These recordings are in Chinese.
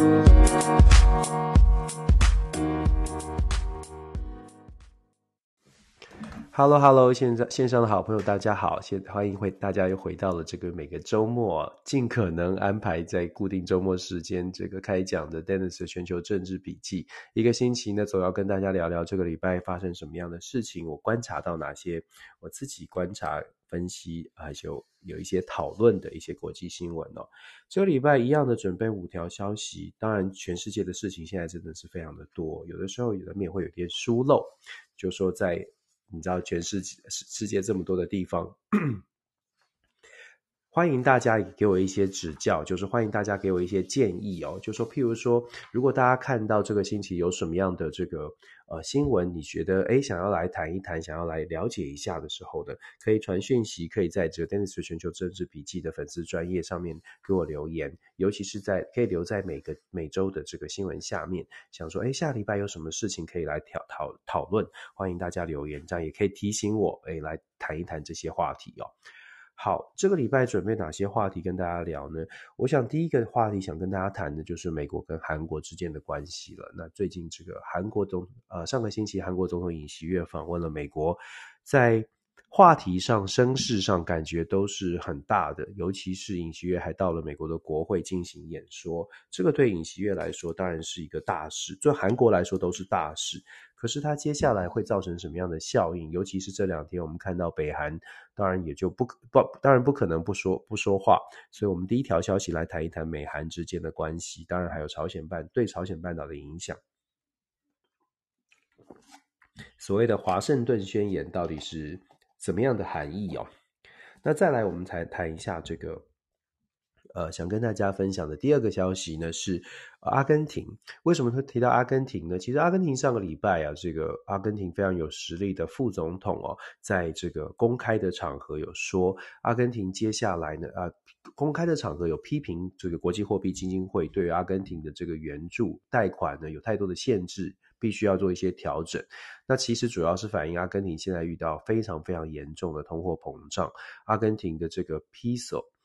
Hello， 线上的好朋友大家好，欢迎大家又回到了这个每个周末尽可能安排在固定周末时间这个开讲的 Dennis 的全球政治笔记。一个星期呢，总要跟大家聊聊这个礼拜发生什么样的事情，我观察到哪些我自己观察分析，还有一些讨论的一些国际新闻哦。这个礼拜一样的准备5条消息，当然全世界的事情现在真的是非常的多，有的时候难免会有点疏漏，就说在你知道全世界这么多的地方欢迎大家给我一些指教，就是欢迎大家给我一些建议哦。就说譬如说，如果大家看到这个星期有什么样的这个新闻，你觉得想要来谈一谈，想要来了解一下的时候呢，可以传讯息，可以在这个 Dennis 全球政治笔记的粉丝专页上面给我留言，尤其是可以留在每周的这个新闻下面，想说下礼拜有什么事情可以来讨论，欢迎大家留言，这样也可以提醒我来谈一谈这些话题哦。好，这个礼拜准备哪些话题跟大家聊呢？我想第一个话题想跟大家谈的就是美国跟韩国之间的关系了。那最近这个上个星期韩国总统尹锡悦访问了美国，在话题上声势上感觉都是很大的，尤其是尹锡悦还到了美国的国会进行演说，这个对尹锡悦来说当然是一个大事，对韩国来说都是大事。可是它接下来会造成什么样的效应？尤其是这2天我们看到北韩当然也就当然不可能不说话，所以我们第一条消息来谈一谈美韩之间的关系，当然还有对朝鲜半岛的影响。所谓的华盛顿宣言到底是怎么样的含义哦？那再来我们才谈一下这个想跟大家分享的第二个消息呢是阿根廷。为什么会提到阿根廷呢？其实阿根廷上个礼拜这个阿根廷非常有实力的副总统在这个公开的场合有说，阿根廷接下来呢公开的场合有批评这个国际货币基金会对于阿根廷的这个援助贷款呢有太多的限制，必须要做一些调整。那其实主要是反映阿根廷现在遇到非常非常严重的通货膨胀，阿根廷的这个比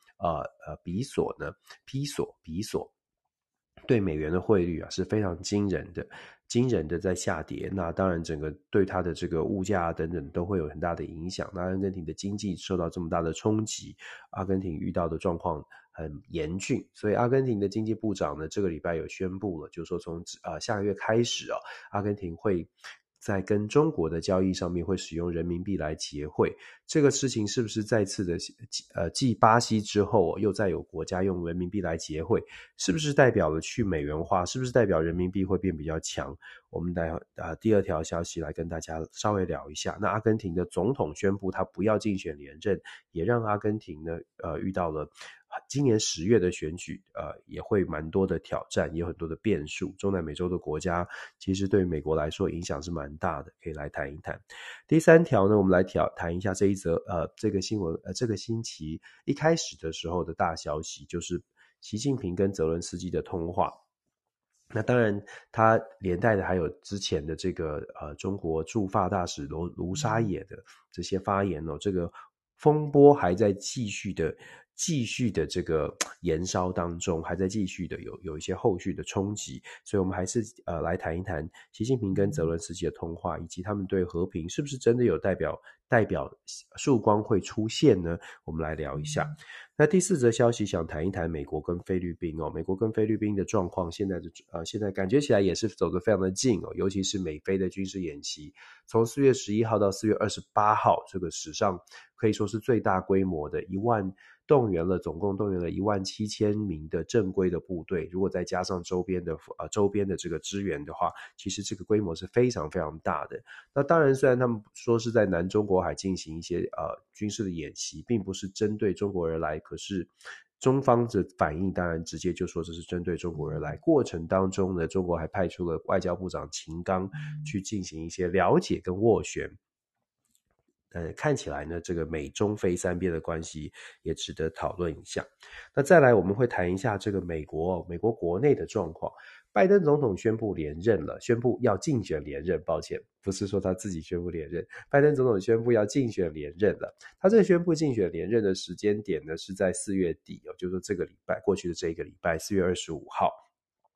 索对美元的汇率是非常惊人的在下跌。那当然整个对它的这个物价等等都会有很大的影响。那阿根廷的经济受到这么大的冲击，阿根廷遇到的状况很严峻，所以阿根廷的经济部长呢这个礼拜有宣布了，就是说从下个月开始阿根廷会在跟中国的交易上面会使用人民币来结汇。这个事情是不是再次的继巴西之后又再有国家用人民币来结汇，是不是代表了去美元化，是不是代表人民币会变比较强？我们第二条消息来跟大家稍微聊一下。那阿根廷的总统宣布他不要竞选连任，也让阿根廷呢遇到了今年10月的选举也会蛮多的挑战，也有很多的变数。中南美洲的国家其实对美国来说影响是蛮大的，可以来谈一谈。第3条呢，我们来谈一下这个新闻这个星期一开始的时候的大消息，就是习近平跟泽伦斯基的通话。那当然他连带的还有之前的这个中国驻法大使卢沙野的这些发言这个风波还在继续的这个延烧当中，还在继续的有一些后续的冲击。所以我们还是来谈一谈习近平跟泽伦斯基的通话，以及他们对和平是不是真的有代表曙光会出现呢？我们来聊一下。那第4则消息想谈一谈美国跟菲律宾美国跟菲律宾的状况现在感觉起来也是走得非常的近尤其是美菲的军事演习，从4月11号到4月28号，这个史上可以说是最大规模的总共动员了17000名的正规的部队，如果再加上周边的这个支援的话，其实这个规模是非常非常大的。那当然虽然他们说是在南中国海进行一些军事的演习，并不是针对中国而来，可是中方的反应当然直接就说这是针对中国而来。过程当中呢，中国还派出了外交部长秦刚去进行一些了解跟斡旋。看起来呢，这个美中菲3边的关系也值得讨论一下。那再来我们会谈一下这个美国国内的状况。拜登总统宣布要竞选连任，抱歉，不是说他自己宣布连任，拜登总统宣布要竞选连任了。他这个宣布竞选连任的时间点呢是在4月底就是说过去的这个礼拜4月25号。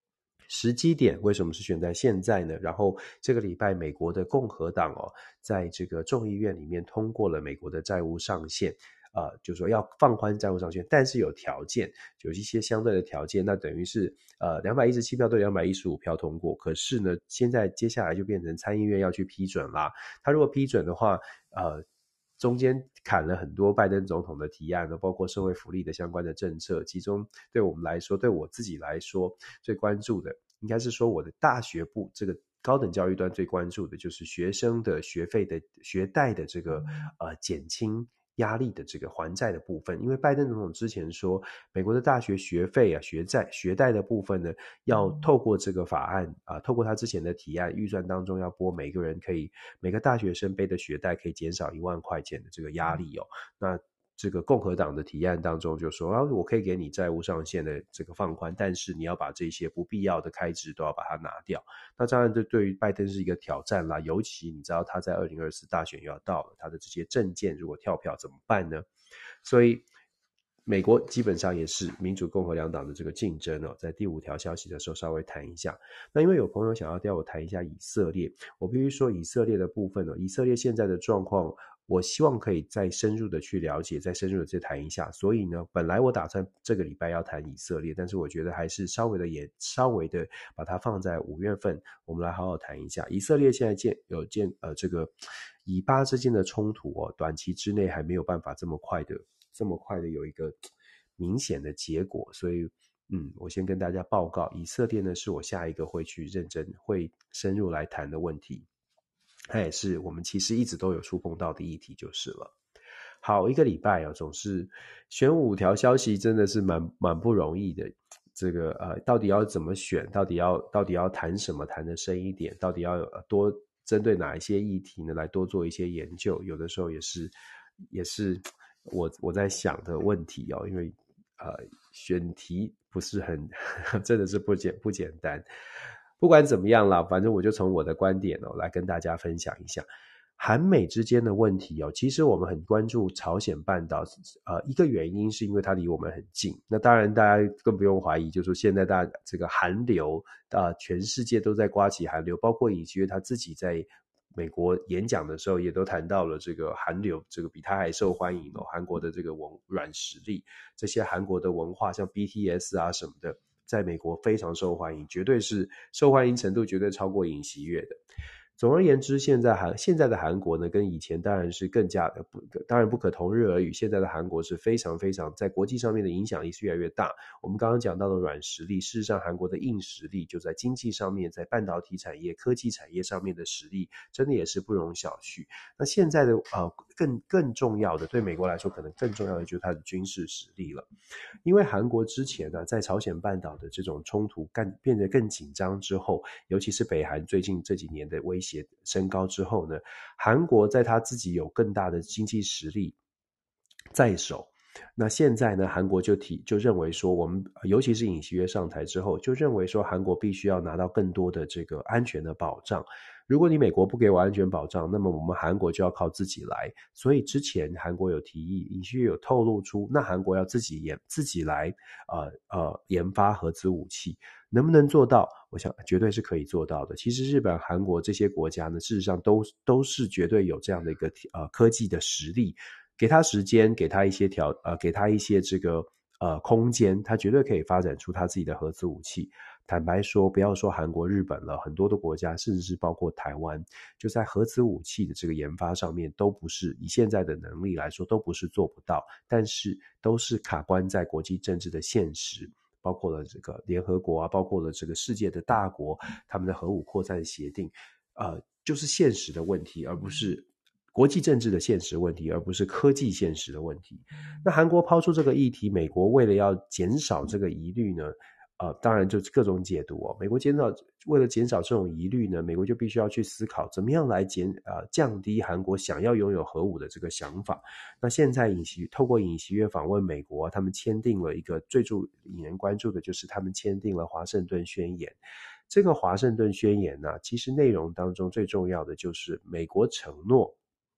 时机点为什么是选在现在呢？然后这个礼拜美国的共和党在这个众议院里面通过了美国的债务上限，就是说要放宽债务上限，但是有条件，有一些相对的条件，那等于是217票对215票通过。可是呢，现在接下来就变成参议院要去批准啦。他如果批准的话，中间砍了很多拜登总统的提案，包括社会福利的相关的政策，其中对我们来说，对我自己来说，最关注的应该是说我的大学部这个高等教育端最关注的就是学生的学费的学贷的这个减轻压力的这个还债的部分。因为拜登总统之前说，美国的大学学费学贷的部分呢，要透过这个法案透过他之前的提案预算当中要拨每个大学生背的学贷可以减少1万块钱的这个压力那这个共和党的提案当中就说我可以给你债务上限的这个放宽，但是你要把这些不必要的开支都要把它拿掉。那当然这对于拜登是一个挑战啦，尤其你知道他在2024大选又要到了，他的这些政见如果跳票怎么办呢？所以美国基本上也是民主共和两党的这个竞争在第5条消息的时候稍微谈一下。那因为有朋友想要调我谈一下以色列，我必须说以色列的部分以色列现在的状况我希望可以再深入的去了解，再深入的再谈一下。所以呢，本来我打算这个礼拜要谈以色列，但是我觉得还是稍微的把它放在5月份，我们来好好谈一下。以色列现在这个以巴之间的冲突短期之内还没有办法这么快的有一个明显的结果，所以我先跟大家报告，以色列呢是我下一个会去认真会深入来谈的问题。它也是我们其实一直都有触碰到的议题就是了。好，一个礼拜总是选5条消息真的是蛮不容易的。这个到底要怎么选，到底要谈什么，谈得深一点，到底要多针对哪一些议题呢来多做一些研究，有的时候也是我在想的问题因为选题不是很真的是不简单。不管怎么样啦，反正我就从我的观点来跟大家分享一下韩美之间的问题其实我们很关注朝鲜半岛一个原因是因为它离我们很近。那当然大家更不用怀疑，就是说现在这个韩流全世界都在刮起韩流，包括尹锡悦他自己在美国演讲的时候也都谈到了这个韩流，这个比他还受欢迎韩国的这个软实力，这些韩国的文化像 BTS 什么的在美国非常受欢迎，绝对是受欢迎程度绝对超过尹锡悦的。总而言之，现在的韩国呢，跟以前当然是更加当然不可同日而语。现在的韩国是非常非常在国际上面的影响力是越来越大。我们刚刚讲到的软实力，事实上韩国的硬实力就在经济上面，在半导体产业、科技产业上面的实力，真的也是不容小觑。那现在的更重要的，对美国来说可能更重要的就是它的军事实力了。因为韩国之前呢，在朝鲜半岛的这种冲突变得更紧张之后，尤其是北韩最近这几年的威胁升高之后呢，韩国在他自己有更大的经济实力在手。那现在呢，韩国就认为说，我们尤其是尹锡悦上台之后，就认为说韩国必须要拿到更多的这个安全的保障。如果你美国不给我安全保障，那么我们韩国就要靠自己来。所以之前韩国有提议，尹锡悦有透露出，那韩国要自己来研发核子武器，能不能做到？我想绝对是可以做到的。其实日本、韩国这些国家呢，事实上都是绝对有这样的一个科技的实力，给他时间，给他一些给他一些这个空间，他绝对可以发展出他自己的核子武器。坦白说，不要说韩国、日本了，很多的国家，甚至是包括台湾，就在核子武器的这个研发上面，都不是以现在的能力来说，都不是做不到，但是都是卡关在国际政治的现实，包括了这个联合国包括了这个世界的大国，他们的核武扩散协定，就是现实的问题，而不是国际政治的现实问题，而不是科技现实的问题。那韩国抛出这个议题，美国为了要减少这个疑虑呢，当然就是各种解读美国为了减少这种疑虑呢，美国就必须要去思考怎么样来降低韩国想要拥有核武的这个想法。那现在透过尹锡悦访问美国，他们签订了一个最引人关注的就是他们签订了华盛顿宣言。这个华盛顿宣言呢，其实内容当中最重要的就是美国承诺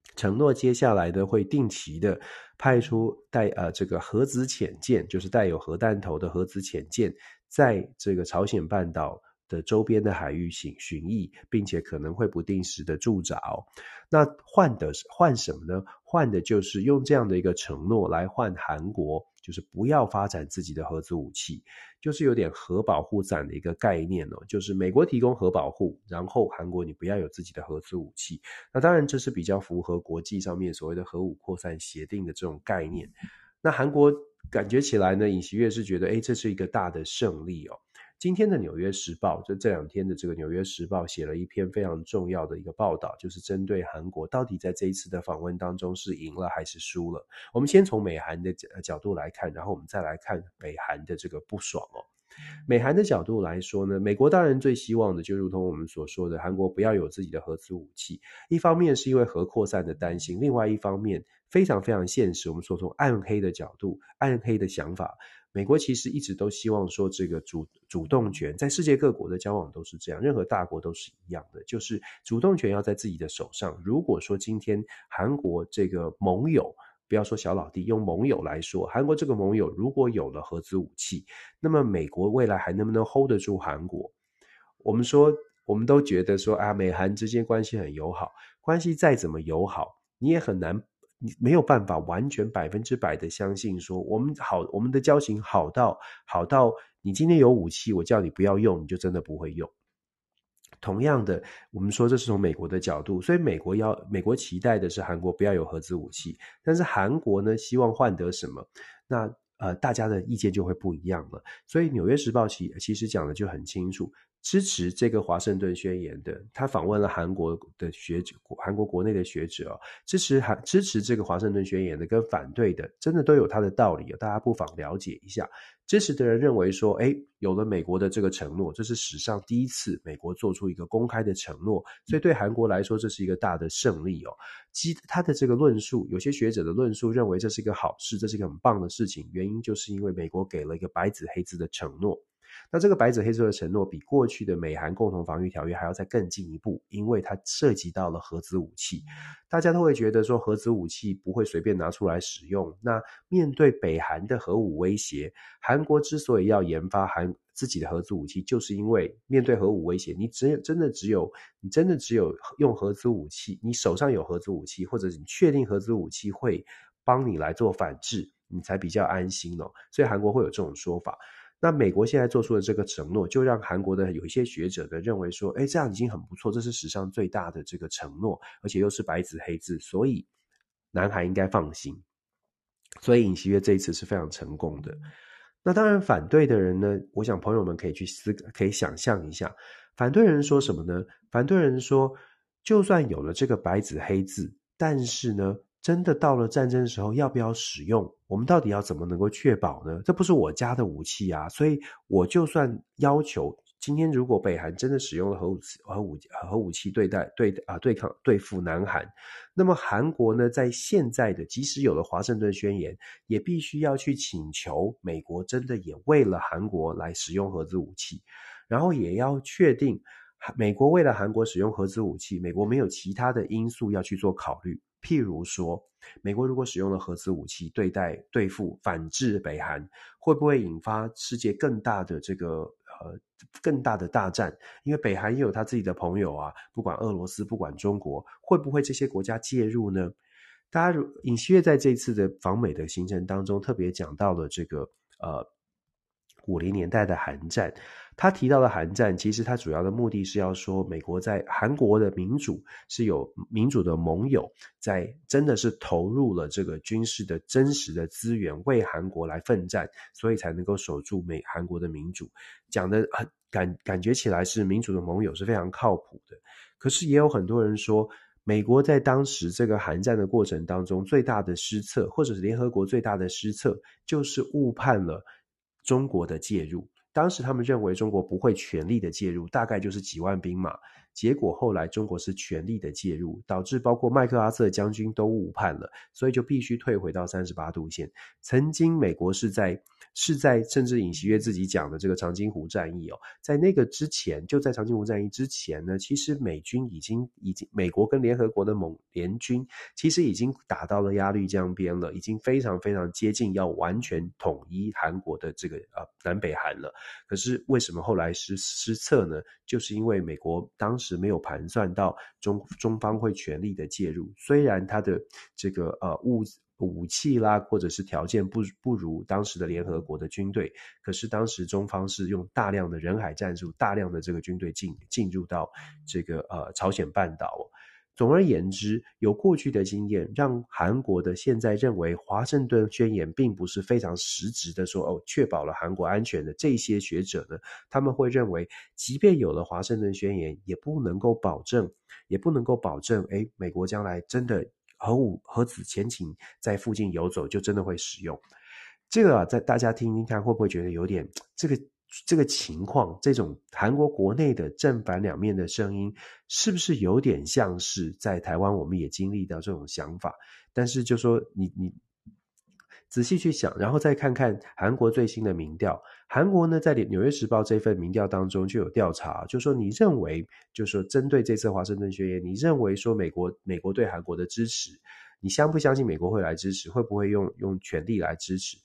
承诺接下来的会定期的派出这个核子潜舰，就是带有核弹头的核子潜舰，在这个朝鲜半岛的周边的海域巡弋，并且可能会不定时的驻扎。那换什么呢？换的就是用这样的一个承诺来换韩国，就是不要发展自己的核子武器，就是有点核保护伞的一个概念哦，就是美国提供核保护，然后韩国你不要有自己的核子武器。那当然这是比较符合国际上面所谓的核武扩散协定的这种概念。那韩国感觉起来呢，尹锡悦是觉得这是一个大的胜利哦。今天的纽约时报，就这两天的这个纽约时报写了一篇非常重要的一个报道，就是针对韩国到底在这一次的访问当中是赢了还是输了。我们先从美韩的角度来看，然后我们再来看北韩的这个不爽哦。美韩的角度来说呢，美国当然最希望的就如同我们所说的，韩国不要有自己的核子武器。一方面是因为核扩散的担心，另外一方面非常非常现实，我们说从暗黑的角度、暗黑的想法，美国其实一直都希望说这个主动权在世界各国的交往都是这样，任何大国都是一样的，就是主动权要在自己的手上。如果说今天韩国这个盟友，不要说小老弟，用盟友来说，韩国这个盟友如果有了核子武器，那么美国未来还能不能 hold 得住韩国？我们都觉得说美韩之间关系很友好，关系再怎么友好，你也很难，你没有办法完全100%的相信说我们的交情好到你今天有武器，我叫你不要用，你就真的不会用。同样的，我们说这是从美国的角度，所以美国期待的是韩国不要有核子武器，但是韩国呢希望换得什么？那大家的意见就会不一样了。所以《纽约时报》其实讲的就很清楚，支持这个华盛顿宣言的，他访问了韩国的学者，韩国国内的学者支持这个华盛顿宣言的跟反对的，真的都有他的道理大家不妨了解一下。支持的人认为说，有了美国的这个承诺，这是史上第一次美国做出一个公开的承诺，所以对韩国来说这是一个大的胜利他的这个论述，有些学者的论述认为这是一个好事，这是一个很棒的事情，原因就是因为美国给了一个白纸黑字的承诺。那这个白纸黑字的承诺比过去的美韩共同防御条约还要再更进一步，因为它涉及到了核子武器。大家都会觉得说核子武器不会随便拿出来使用，那面对北韩的核武威胁，韩国之所以要研发自己的核子武器，就是因为面对核武威胁，你真的只有用核子武器，你手上有核子武器，或者你确定核子武器会帮你来做反制，你才比较安心所以韩国会有这种说法。那美国现在做出的这个承诺，就让韩国的有一些学者的认为说，这样已经很不错，这是史上最大的这个承诺，而且又是白纸黑字，所以南韩应该放心。所以尹锡悦这一次是非常成功的。那当然反对的人呢，我想朋友们可以想象一下，反对人说什么呢？反对人说，就算有了这个白纸黑字，但是呢，真的到了战争时候要不要使用，我们到底要怎么能够确保呢？这不是我家的武器啊，所以我就算要求今天如果北韩真的使用了核武器对付南韩，那么韩国呢，在现在的即使有了华盛顿宣言，也必须要去请求美国真的也为了韩国来使用核子武器，然后也要确定美国为了韩国使用核子武器，美国没有其他的因素要去做考虑。譬如说，美国如果使用了核子武器对付反制北韩，会不会引发世界更大的大战？因为北韩也有他自己的朋友啊，不管俄罗斯，不管中国，会不会这些国家介入呢？尹锡悦在这次的访美的行程当中特别讲到了这个50年代的韩战，他提到的韩战，其实他主要的目的是要说，美国在韩国的民主是有民主的盟友，在真的是投入了这个军事的真实的资源，为韩国来奋战，所以才能够守住韩国的民主。讲的感觉起来是民主的盟友是非常靠谱的，可是也有很多人说，美国在当时这个韩战的过程当中最大的失策，或者是联合国最大的失策，就是误判了中国的介入。当时他们认为中国不会全力的介入，大概就是几万兵马， 结果后来中国是全力的介入，导致包括麦克阿瑟将军都误判了，所以就必须退回到38度线。曾经美国是在甚至尹锡悦自己讲的这个长津湖战役在那个之前，就在长津湖战役之前呢，其实美军已经美国跟联合国的联军其实已经打到了鸭绿江边了，已经非常非常接近要完全统一韩国的这个南北韩了。可是为什么后来失策呢？就是因为美国当时没有盘算到中方会全力的介入，虽然他的这个武器啦，或者是条件不如当时的联合国的军队，可是当时中方是用大量的人海战术，大量的这个军队进入到这个朝鲜半岛。总而言之，有过去的经验，让韩国的现在认为华盛顿宣言并不是非常实质的说确保了韩国安全的这些学者呢，他们会认为，即便有了华盛顿宣言，也不能够保证美国将来真的核子潜艇在附近游走就真的会使用。这个在大家听听看，会不会觉得有点这个情况，这种韩国国内的正反两面的声音，是不是有点像是在台湾我们也经历到这种想法？但是就说你仔细去想，然后再看看韩国最新的民调。韩国呢，在纽约时报这份民调当中就有调查，就说你认为，就说针对这次华盛顿宣言，你认为说美国对韩国的支持，你相不相信美国会来支持？会不会用权力来支持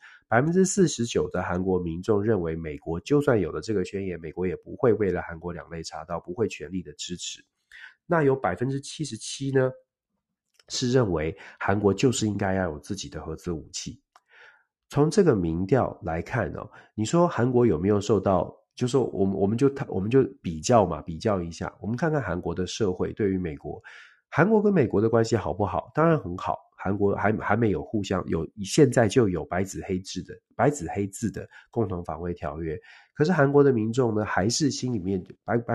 ？49%的韩国民众认为，美国就算有了这个宣言，美国也不会为了韩国两肋插刀，不会全力的支持。那有77%呢，是认为韩国就是应该要有自己的核子武器。从这个民调来看你说韩国有没有受到，就说我们就比较一下，我们看看韩国的社会对于美国，韩国跟美国的关系好不好？当然很好。韩国还没有现在就有白纸黑字的共同防卫条约。可是韩国的民众呢，还是心里面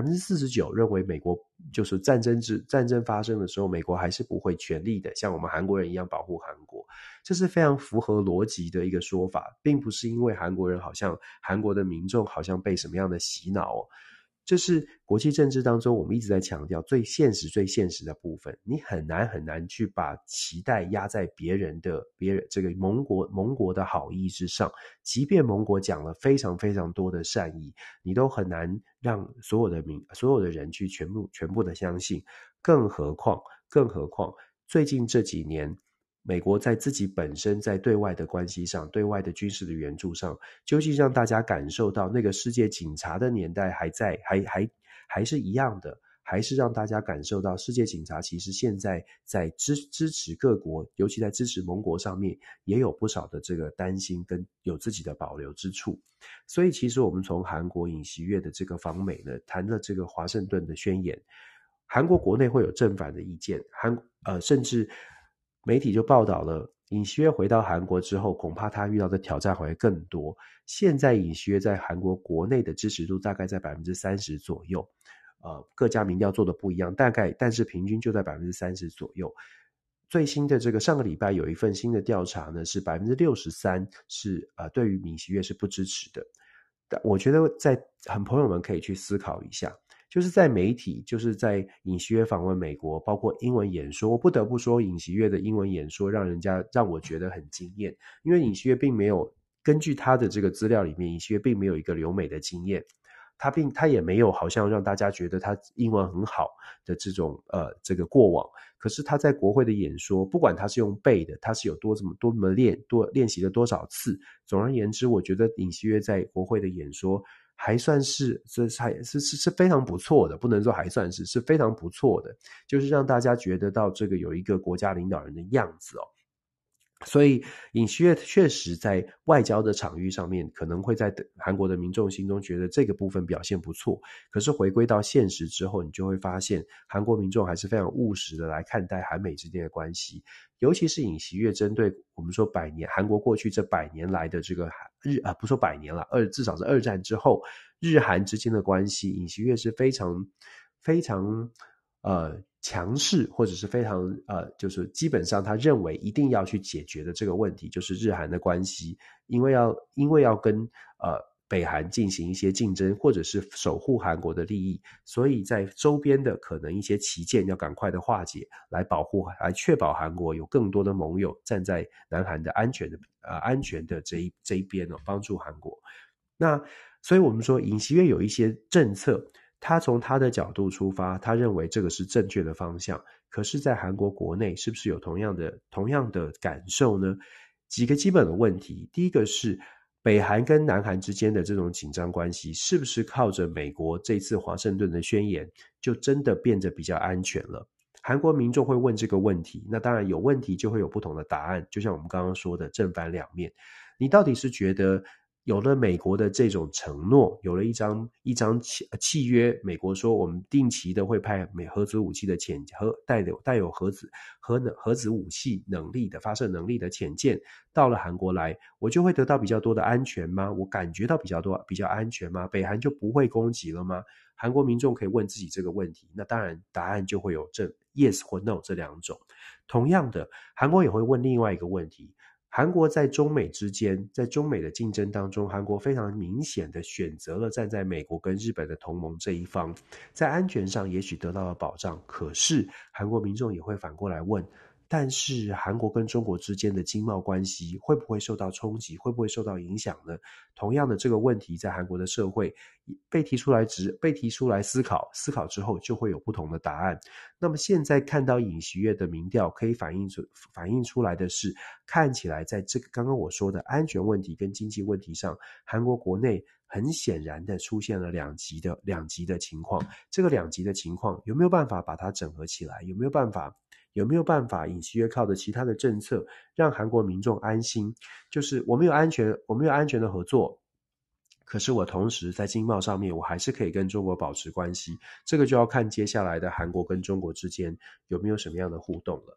49%认为美国就是战争发生的时候，美国还是不会全力的像我们韩国人一样保护韩国。这是非常符合逻辑的一个说法，并不是因为韩国的民众好像被什么样的洗脑这是国际政治当中我们一直在强调最现实的部分，你很难去把期待压在别人这个盟国的好意之上，即便盟国讲了非常非常多的善意，你都很难让所有的人去全部的相信。更何况最近这几年美国在自己本身在对外的关系上，对外的军事的援助上，究竟让大家感受到那个世界警察的年代还是一样的，还是让大家感受到世界警察其实现在在支持各国，尤其在支持盟国上面也有不少的这个担心跟有自己的保留之处。所以其实我们从韩国尹锡悦的这个访美呢，谈了这个华盛顿的宣言，韩国国内会有正反的意见，甚至媒体就报道了尹锡悦回到韩国之后，恐怕他遇到的挑战会更多。现在尹锡悦在韩国国内的支持度大概在 30% 左右，各家民调做的不一样，但是平均就在 30% 左右。最新的这个上个礼拜有一份新的调查呢，是 63% 是对于尹锡悦是不支持的。但我觉得朋友们可以去思考一下，就是在媒体，就是在尹锡悦访问美国，包括英文演说，我不得不说尹锡悦的英文演说让我觉得很惊艳，因为尹锡悦并没有根据他的这个资料里面，尹锡悦并没有一个留美的经验，他也没有好像让大家觉得他英文很好的这个过往。可是他在国会的演说，不管他是用背的，他是有多么练习了多少次，总而言之，我觉得尹锡悦在国会的演说还算是非常不错的，不能说还算是非常不错的，就是让大家觉得到这个有一个国家领导人的样子所以尹锡悦确实在外交的场域上面可能会在韩国的民众心中觉得这个部分表现不错，可是回归到现实之后，你就会发现韩国民众还是非常务实的来看待韩美之间的关系，尤其是尹锡悦针对我们说韩国过去这100年来的这个不说100年了，至少是二战之后日韩之间的关系，尹锡悦是非常强势，或者是非常就是基本上他认为一定要去解决的这个问题，就是日韩的关系，因为要跟北韩进行一些竞争，或者是守护韩国的利益，所以在周边的可能一些旗舰要赶快的化解，来确保韩国有更多的盟友站在南韩的安全的这一边帮助韩国。那所以我们说尹锡悦有一些政策，他从他的角度出发，他认为这个是正确的方向，可是在韩国国内是不是有同样的感受呢？几个基本的问题，第一个是北韩跟南韩之间的这种紧张关系，是不是靠着美国这次华盛顿的宣言就真的变得比较安全了？韩国民众会问这个问题，那当然有问题就会有不同的答案，就像我们刚刚说的正反两面。你到底是觉得有了美国的这种承诺，有了一张契约，美国说我们定期的会派核子武器的带有核子武器能力的发射能力的潜舰到了韩国来，我就会得到比较多的安全吗？我感觉到比较安全吗？北韩就不会攻击了吗？韩国民众可以问自己这个问题，那当然答案就会有yes 或 no 这两种。同样的，韩国也会问另外一个问题，韩国在中美之间，在中美的竞争当中，韩国非常明显的选择了站在美国跟日本的同盟这一方，在安全上也许得到了保障，可是韩国民众也会反过来问，但是韩国跟中国之间的经贸关系会不会受到冲击，会不会受到影响呢？同样的这个问题在韩国的社会被提出来思考之后就会有不同的答案。那么现在看到尹锡悦的民调可以反映出来的是，看起来在这个刚刚我说的安全问题跟经济问题上，韩国国内很显然的出现了两极的情况。这个两极的情况有没有办法把它整合起来？有没有办法尹锡悦靠着其他的政策让韩国民众安心？就是我们有安全的合作，可是我同时在经贸上面我还是可以跟中国保持关系，这个就要看接下来的韩国跟中国之间有没有什么样的互动了。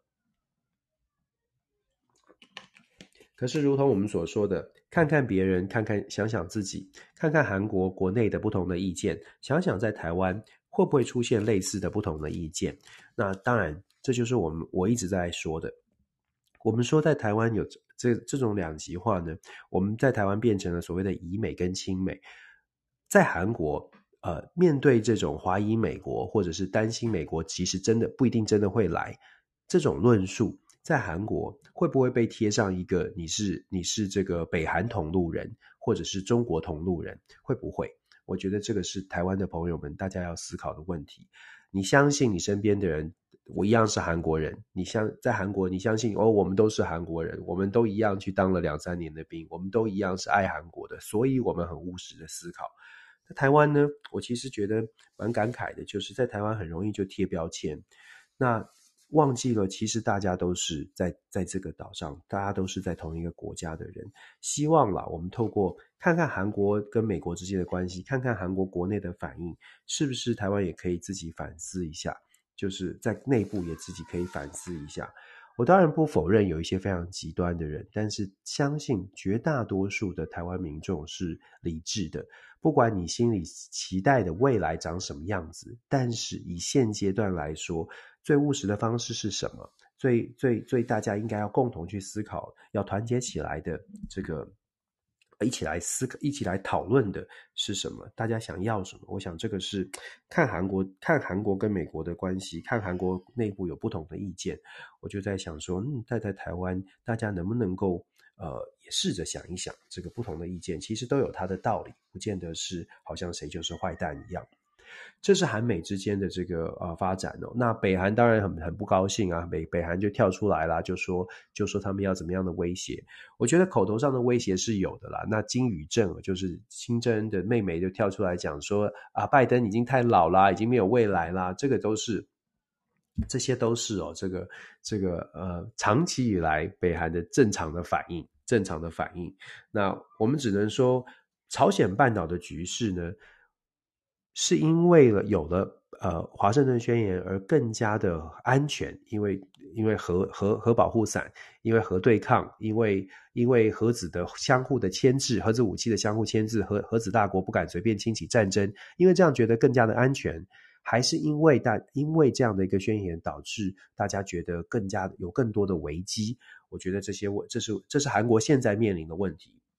可是如同我们所说的，看看别人，想想自己，看看韩国国内的不同的意见，想想在台湾会不会出现类似的不同的意见。那当然这就是我一直在说的，我们说在台湾有这种两极化呢，我们在台湾变成了所谓的以美跟亲美。在韩国面对这种华裔美国或者是担心美国其实真的不一定真的会来这种论述，在韩国会不会被贴上一个你是这个北韩同路人或者是中国同路人，会不会？我觉得这个是台湾的朋友们大家要思考的问题。你相信你身边的人我一样是韩国人，在韩国你相信我们都是韩国人，我们都一样去当了2-3年的兵，我们都一样是爱韩国的，所以我们很务实的思考。在台湾呢，我其实觉得蛮感慨的，就是在台湾很容易就贴标签，那忘记了其实大家都是在这个岛上，大家都是在同一个国家的人。希望啦，我们透过看看韩国跟美国之间的关系，看看韩国国内的反应，是不是台湾也可以自己反思一下，就是在内部也自己可以反思一下。我当然不否认有一些非常极端的人，但是相信绝大多数的台湾民众是理智的，不管你心里期待的未来长什么样子，但是以现阶段来说，最务实的方式是什么？最大家应该要共同去思考，要团结起来的这个一起来讨论的是什么？大家想要什么？我想这个是看韩国跟美国的关系，看韩国内部有不同的意见，我就在想说，在台湾大家能不能够也试着想一想这个不同的意见，其实都有它的道理，不见得是好像谁就是坏蛋一样。这是韩美之间的这个发展哦。那北韩当然很不高兴啊，北韩就跳出来啦，就说他们要怎么样的威胁。我觉得口头上的威胁是有的啦。那金宇正就是金正恩的妹妹就跳出来讲说啊，拜登已经太老啦，已经没有未来啦，这些都是长期以来北韩的正常的反应。那我们只能说朝鲜半岛的局势呢，是因为有了华盛顿宣言而更加的安全，因为核保护伞，因为核对抗，因为核子的相互的牵制，核子武器的相互牵制，核子大国不敢随便轻启战争，因为这样觉得更加的安全，还是因为这样的一个宣言导致大家觉得有更多的危机？我觉得这是韩国现在面临的问题。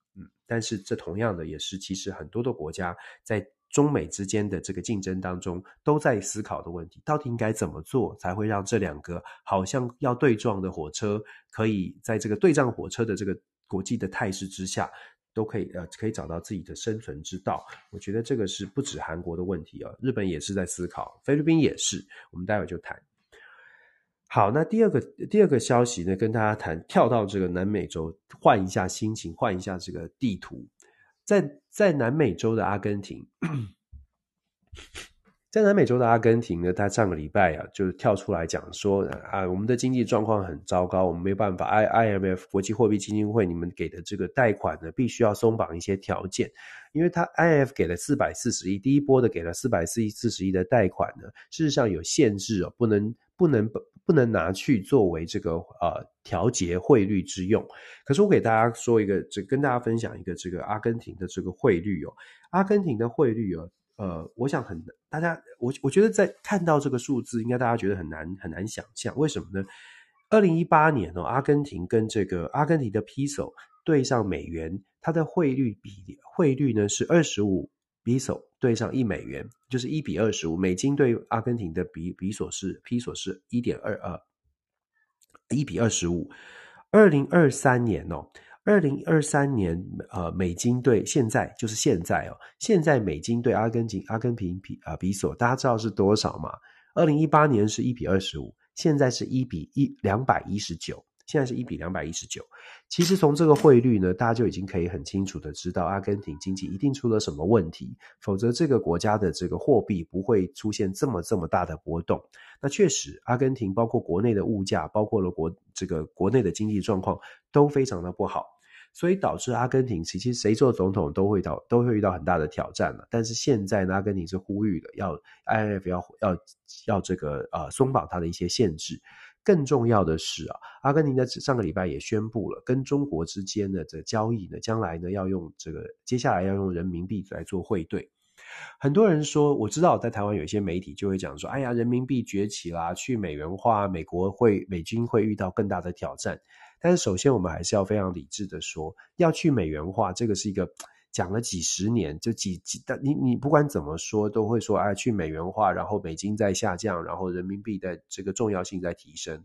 但是这同样的也是其实很多的国家在中美之间的这个竞争当中都在思考的问题，到底应该怎么做才会让这两个好像要对撞的火车可以在这个对仗火车的这个国际的态势之下都可以找到自己的生存之道。我觉得这个是不止韩国的问题啊，日本也是在思考，菲律宾也是，我们待会就谈。好，那第二个消息呢，跟大家谈，跳到这个南美洲，换一下心情，换一下这个地图。在南美洲的阿根廷，在南美洲的阿根廷呢，他上个礼拜啊，就跳出来讲说啊，我们的经济状况很糟糕，我们没有办法 IMF 国际货币基金会你们给的这个贷款呢，必须要松绑一些条件，因为他 IMF 给了440亿，第一波的给了440亿的贷款呢，事实上有限制哦，不能拿去作为这个调节汇率之用。可是我给大家说一个，跟大家分享一个这个阿根廷的这个汇率哦，阿根廷的汇率哦。我想大家我觉得在看到这个数字，应该大家觉得很难想象，为什么呢？2018年哦，阿根廷跟这个阿根廷的 peso 对上美元，它的汇率呢是25 peso 对上1美元，就是1:25，美金对阿根廷的peso 是 1:25。2023年哦。2023年美金对现在就是现在哦，现在美金对阿根廷比索，大家知道是多少吗？2018年是1:25，现在是219，现在是1:219。其实从这个汇率呢，大家就已经可以很清楚的知道阿根廷经济一定出了什么问题，否则这个国家的这个货币不会出现这么大的波动。那确实阿根廷包括国内的物价，包括了国内的经济状况都非常的不好，所以导致阿根廷其实谁做总统都会遇到很大的挑战了。但是现在呢，阿根廷是呼吁了要 IMF 要这个松绑它的一些限制。更重要的是啊，阿根廷在上个礼拜也宣布了，跟中国之间的这交易呢，将来呢接下来要用人民币来做汇兑。很多人说，我知道在台湾有一些媒体就会讲说，哎呀，人民币崛起啦，去美元化，美军会遇到更大的挑战。但是首先我们还是要非常理智的说，要去美元化，这个是一个讲了几十年，就你不管怎么说都会说，哎，去美元化，然后美金在下降，然后人民币的这个重要性在提升。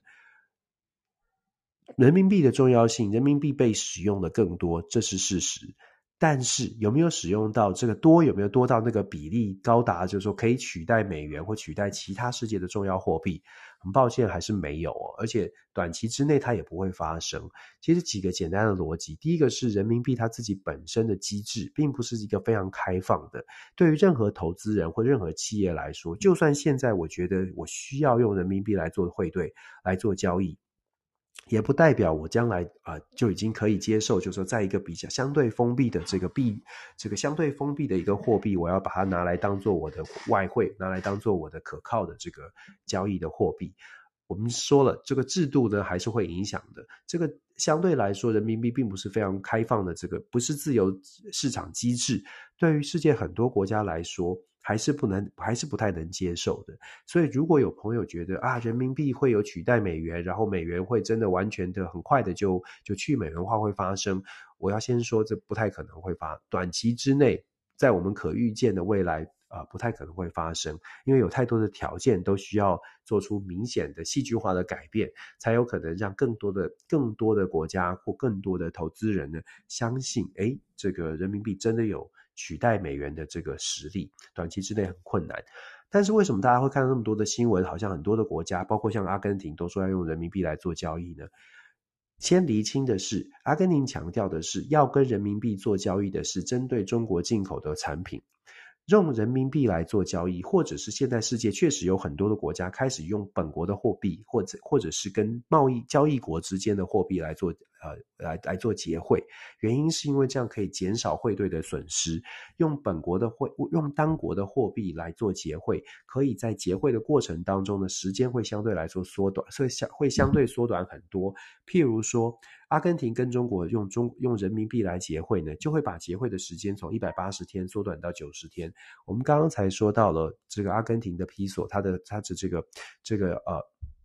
人民币的重要性，人民币被使用的更多，这是事实。但是有没有使用到这个多，有没有多到那个比例高达就是说可以取代美元或取代其他世界的重要货币？很抱歉还是没有哦，而且短期之内它也不会发生。其实几个简单的逻辑，第一个是人民币它自己本身的机制并不是一个非常开放的，对于任何投资人或任何企业来说，就算现在我觉得我需要用人民币来做汇兑来做交易，也不代表我将来就已经可以接受，就是说在一个比较相对封闭的这个相对封闭的一个货币，我要把它拿来当做我的外汇，拿来当做我的可靠的这个交易的货币。我们说了，这个制度呢还是会影响的。这个相对来说，人民币并不是非常开放的，这个不是自由市场机制，对于世界很多国家来说，还是不太能接受的。所以如果有朋友觉得人民币会有取代美元，然后美元会真的完全的很快的就去美元化会发生，我要先说这不太可能会短期之内，在我们可预见的未来不太可能会发生，因为有太多的条件都需要做出明显的戏剧化的改变，才有可能让更多的国家或更多的投资人呢相信，这个人民币真的有取代美元的这个实力，短期之内很困难。但是为什么大家会看到那么多的新闻，好像很多的国家，包括像阿根廷都说要用人民币来做交易呢？先厘清的是，阿根廷强调的是要跟人民币做交易的是针对中国进口的产品，用人民币来做交易，或者是现在世界确实有很多的国家开始用本国的货币，或者是跟交易国之间的货币来做来做结汇，原因是因为这样可以减少汇兑的损失，用当国的货币来做结汇，可以在结汇的过程当中的时间会相对来说缩短，所以会相对缩短很多。譬如说阿根廷跟中国用人民币来结汇呢，就会把结汇的时间从180天缩短到90天。我们刚刚才说到了这个阿根廷的披索，它的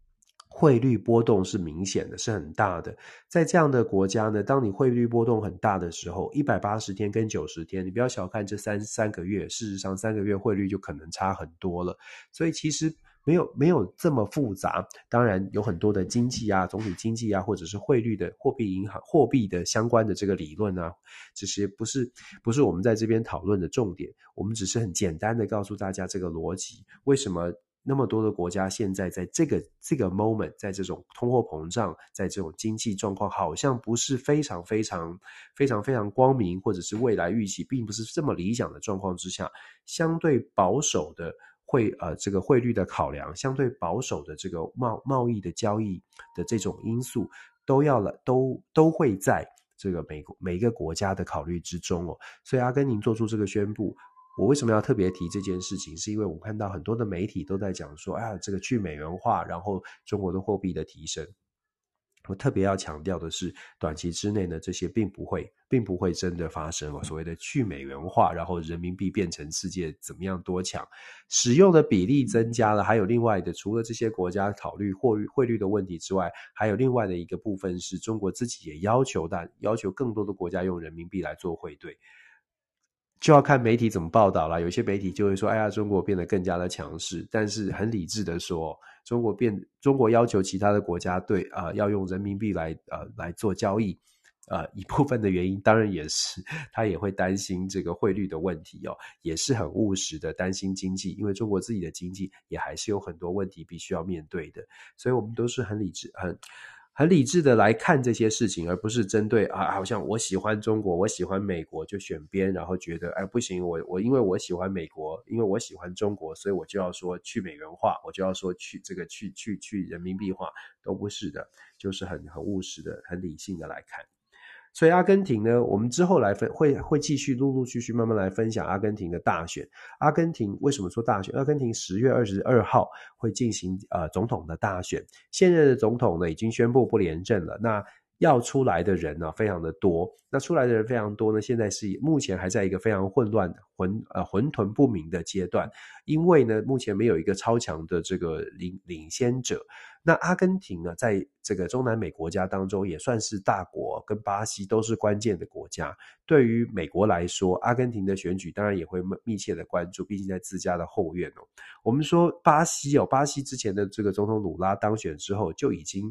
汇率波动是明显的，是很大的。在这样的国家呢，当你汇率波动很大的时候，180天跟90天，你不要小看这三个月，事实上3个月汇率就可能差很多了。所以其实没有这么复杂。当然有很多的经济啊，总体经济啊，或者是汇率的货币银行货币的相关的这个理论啊，这些不是我们在这边讨论的重点。我们只是很简单的告诉大家这个逻辑，为什么那么多的国家现在在这个 moment， 在这种通货膨胀，在这种经济状况好像不是非常光明，或者是未来预期并不是这么理想的状况之下，相对保守的这个汇率的考量，相对保守的这个贸易的交易的这种因素都会在这个每一个国家的考虑之中哦。所以阿根廷做出这个宣布，我为什么要特别提这件事情，是因为我看到很多的媒体都在讲说这个去美元化，然后中国的货币的提升。我特别要强调的是，短期之内呢，这些并不会真的发生所谓的去美元化，然后人民币变成世界怎么样多强，使用的比例增加了。还有另外的，除了这些国家考虑汇率的问题之外，还有另外的一个部分是中国自己也要求更多的国家用人民币来做汇兑。就要看媒体怎么报道啦，有些媒体就会说中国变得更加的强势，但是很理智的说，中国要求其他的国家要用人民币来做交易，一部分的原因当然也是他也会担心这个汇率的问题也是很务实的担心经济，因为中国自己的经济也还是有很多问题必须要面对的。所以我们都是很理智的来看这些事情，而不是针对好像我喜欢中国，我喜欢美国就选边，然后觉得不行，我因为我喜欢美国，因为我喜欢中国，所以我就要说去美元化，我就要说去人民币化，都不是的，就是很务实的、很理性的来看。所以阿根廷呢，我们之后会继续陆续慢慢来分享阿根廷的大选。阿根廷为什么说大选？阿根廷10月22号会进行总统的大选，现任的总统呢已经宣布不连任了。那要出来的人呢非常的多，那出来的人非常多呢，现在是目前还在一个非常混乱混沌不明的阶段，因为呢目前没有一个超强的这个领先者。那阿根廷呢，在这个中南美国家当中也算是大国，跟巴西都是关键的国家。对于美国来说，阿根廷的选举当然也会密切的关注，毕竟在自家的后院我们说巴西之前的这个总统鲁拉当选之后就已经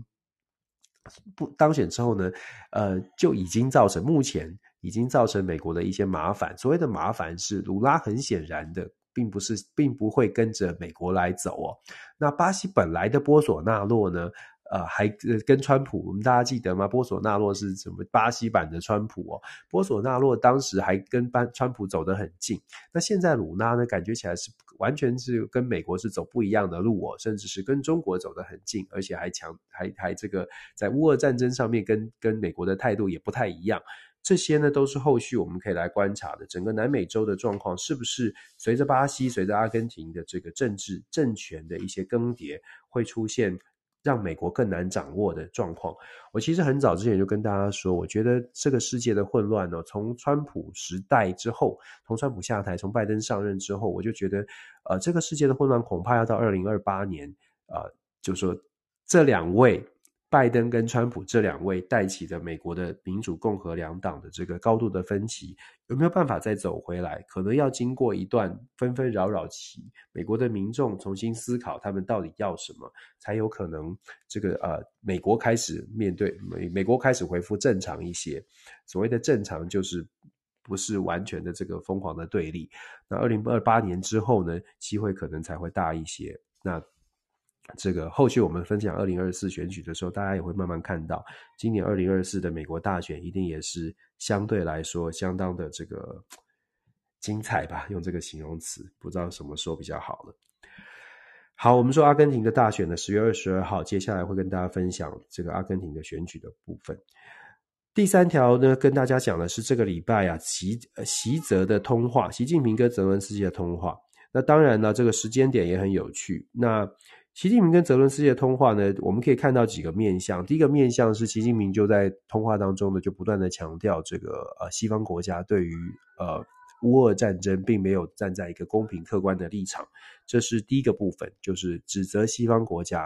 目前已经造成美国的一些麻烦。所谓的麻烦是鲁拉很显然的并不会跟着美国来走那巴西本来的波索纳洛呢还跟川普，我们大家记得吗？波索纳洛是什么巴西版的川普波索纳洛当时还跟川普走得很近。那现在鲁拉呢，感觉起来是完全是跟美国是走不一样的路甚至是跟中国走得很近，而且还这个在乌俄战争上面跟美国的态度也不太一样。这些呢都是后续我们可以来观察的，整个南美洲的状况是不是随着巴西随着阿根廷的这个政权的一些更迭，会出现让美国更难掌握的状况。我其实很早之前就跟大家说，我觉得这个世界的混乱从川普时代之后，从川普下台，从拜登上任之后，我就觉得这个世界的混乱恐怕要到2028年就是说这两位拜登跟川普这两位带起的美国的民主共和两党的这个高度的分歧，有没有办法再走回来？可能要经过一段纷纷扰扰期，美国的民众重新思考他们到底要什么，才有可能这个美国开始恢复正常一些。所谓的正常就是不是完全的这个疯狂的对立。那2028年之后呢，机会可能才会大一些。那这个后续我们分享2024选举的时候，大家也会慢慢看到，今年2024的美国大选一定也是相对来说相当的这个精彩吧，用这个形容词，不知道什么说比较好了。好，我们说阿根廷的大选呢，10月22号，接下来会跟大家分享这个阿根廷的选举的部分。第三条呢，跟大家讲的是这个礼拜习泽的通话，习近平跟泽伦斯基的通话。那当然呢，这个时间点也很有趣。那习近平跟泽伦斯基的通话呢，我们可以看到几个面向。第一个面向是习近平就在通话当中呢，就不断的强调这个西方国家对于乌俄战争并没有站在一个公平客观的立场，这是第一个部分，就是指责西方国家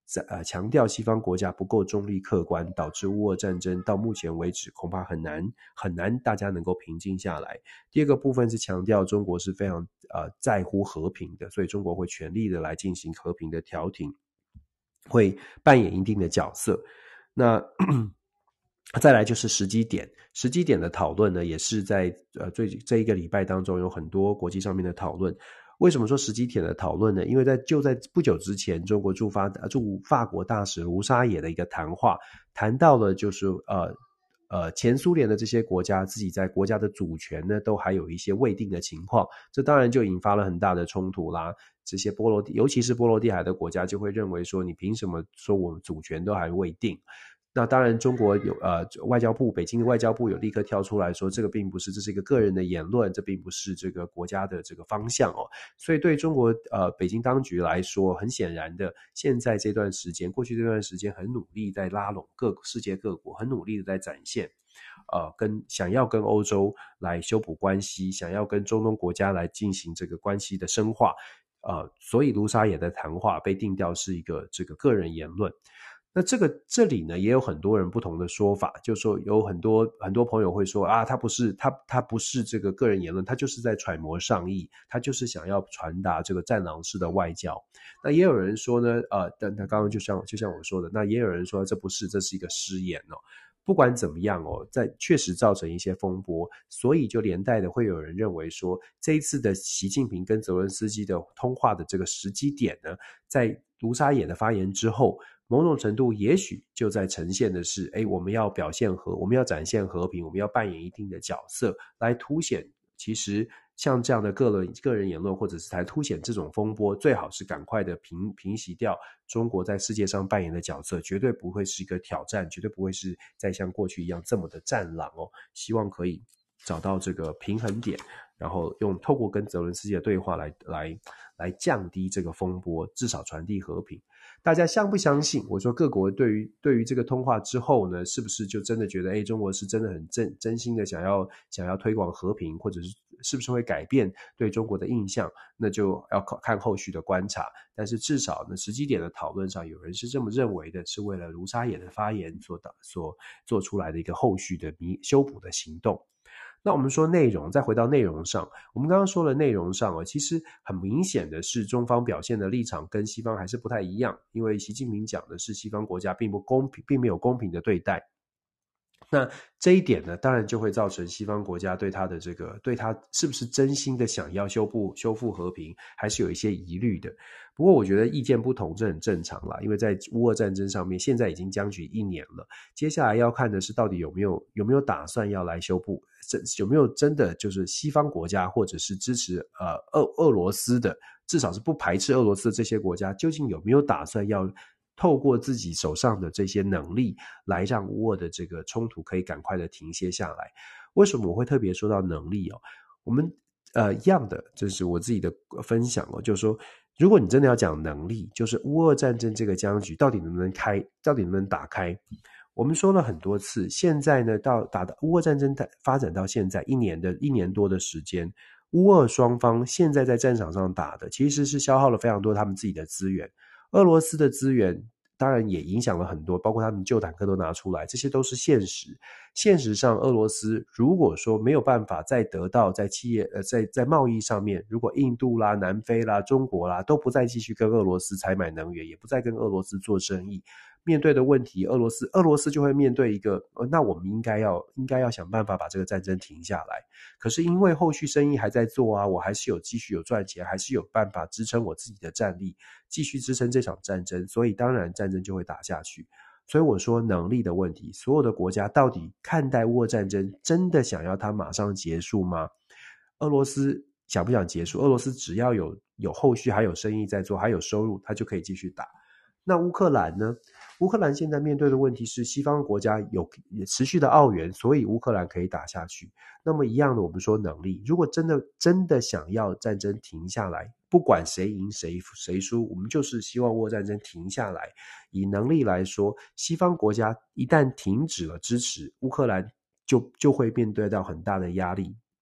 强调西方国家不够中立客观，导致乌俄战争到目前为止恐怕很难大家能够平静下来。第二个部分是强调中国是非常在乎和平的，所以中国会全力的来进行和平的调停，会扮演一定的角色。那再来就是时机点的讨论呢，也是在这一个礼拜当中有很多国际上面的讨论。为什么说时机点的讨论呢？因为就在不久之前，中国驻法国大使卢沙野的一个谈话，谈到了就是前苏联的这些国家自己在国家的主权呢，都还有一些未定的情况，这当然就引发了很大的冲突啦。这些尤其是波罗的海的国家就会认为说，你凭什么说我们主权都还未定？那当然中国有外交部北京的外交部有立刻跳出来说，这是一个个人的言论，这并不是这个国家的这个方向哦。所以对中国北京当局来说，很显然的，现在过去这段时间很努力在拉拢世界各国，很努力的在展现想要跟欧洲来修补关系，想要跟中东国家来进行这个关系的深化，所以卢沙野的谈话被定调是一个这个个人言论。那这里呢，也有很多人不同的说法，就是说有很多朋友会说啊，他不是这个个人言论，他就是在揣摩上意，他就是想要传达这个战狼式的外交。那也有人说呢，但他刚刚就像我说的，那也有人说这是一个失言哦。不管怎么样哦，确实造成一些风波，所以就连带的会有人认为说，这一次的习近平跟泽伦斯基的通话的这个时机点呢，在卢沙野的发言之后，某种程度也许就在呈现的是，我们要展现和平，我们要扮演一定的角色，来凸显其实像这样的个人言论，或者是来凸显这种风波，最好是赶快的平息掉中国在世界上扮演的角色，绝对不会是一个挑战，绝对不会是再像过去一样这么的战狼哦。希望可以找到这个平衡点，然后透过跟泽伦斯基的对话来降低这个风波，至少传递和平。大家相不相信？我说各国对于这个通话之后呢，是不是就真的觉得，中国是真的很真心的想要推广和平，或者是不是会改变对中国的印象？那就要看后续的观察。但是至少呢，时机点的讨论上，有人是这么认为的，是为了卢沙野的发言所做出来的一个后续的修补的行动。那我们说内容，再回到内容上，我们刚刚说了内容上其实很明显的是中方表现的立场跟西方还是不太一样，因为习近平讲的是西方国家并没有公平的对待。那这一点呢，当然就会造成西方国家对他是不是真心的想要修复和平，还是有一些疑虑的。不过我觉得意见不同这很正常啦，因为在乌俄战争上面，现在已经僵局1年了，接下来要看的是到底有没有打算要来修补，有没有真的就是西方国家或者是支持俄罗斯的，至少是不排斥俄罗斯的这些国家，究竟有没有打算要透过自己手上的这些能力来让乌俄的这个冲突可以赶快的停歇下来。为什么我会特别说到能力我们一样的，这是我自己的分享就是说，如果你真的要讲能力，就是乌俄战争这个僵局到底能不能打开？我们说了很多次，现在呢打的乌俄战争发展到现在1年多的时间，乌俄双方现在在战场上打的其实是消耗了非常多他们自己的资源。俄罗斯的资源当然也影响了很多，包括他们旧坦克都拿出来，这些都是现实。现实上，俄罗斯如果说没有办法再得到在贸易上面，如果印度啦、南非啦、中国啦都不再继续跟俄罗斯采买能源，也不再跟俄罗斯做生意，面对的问题，俄罗斯就会面对一个那我们应该要想办法把这个战争停下来。可是因为后续生意还在做啊，我还是继续有赚钱，还是有办法支撑我自己的战力，继续支撑这场战争，所以当然战争就会打下去。所以我说能力的问题，所有的国家到底看待乌俄战争真的想要它马上结束吗？俄罗斯想不想结束？俄罗斯只要有后续还有生意在做，还有收入，它就可以继续打。那乌克兰呢？乌克兰现在面对的问题是西方国家有持续的澳元，所以乌克兰可以打下去。那么一样的，我们说能力，如果真的想要战争停下来，不管谁赢谁输，我们就是希望乌俄战争停下来。以能力来说，西方国家一旦停止了支持乌克兰，就会面对到很大的压力。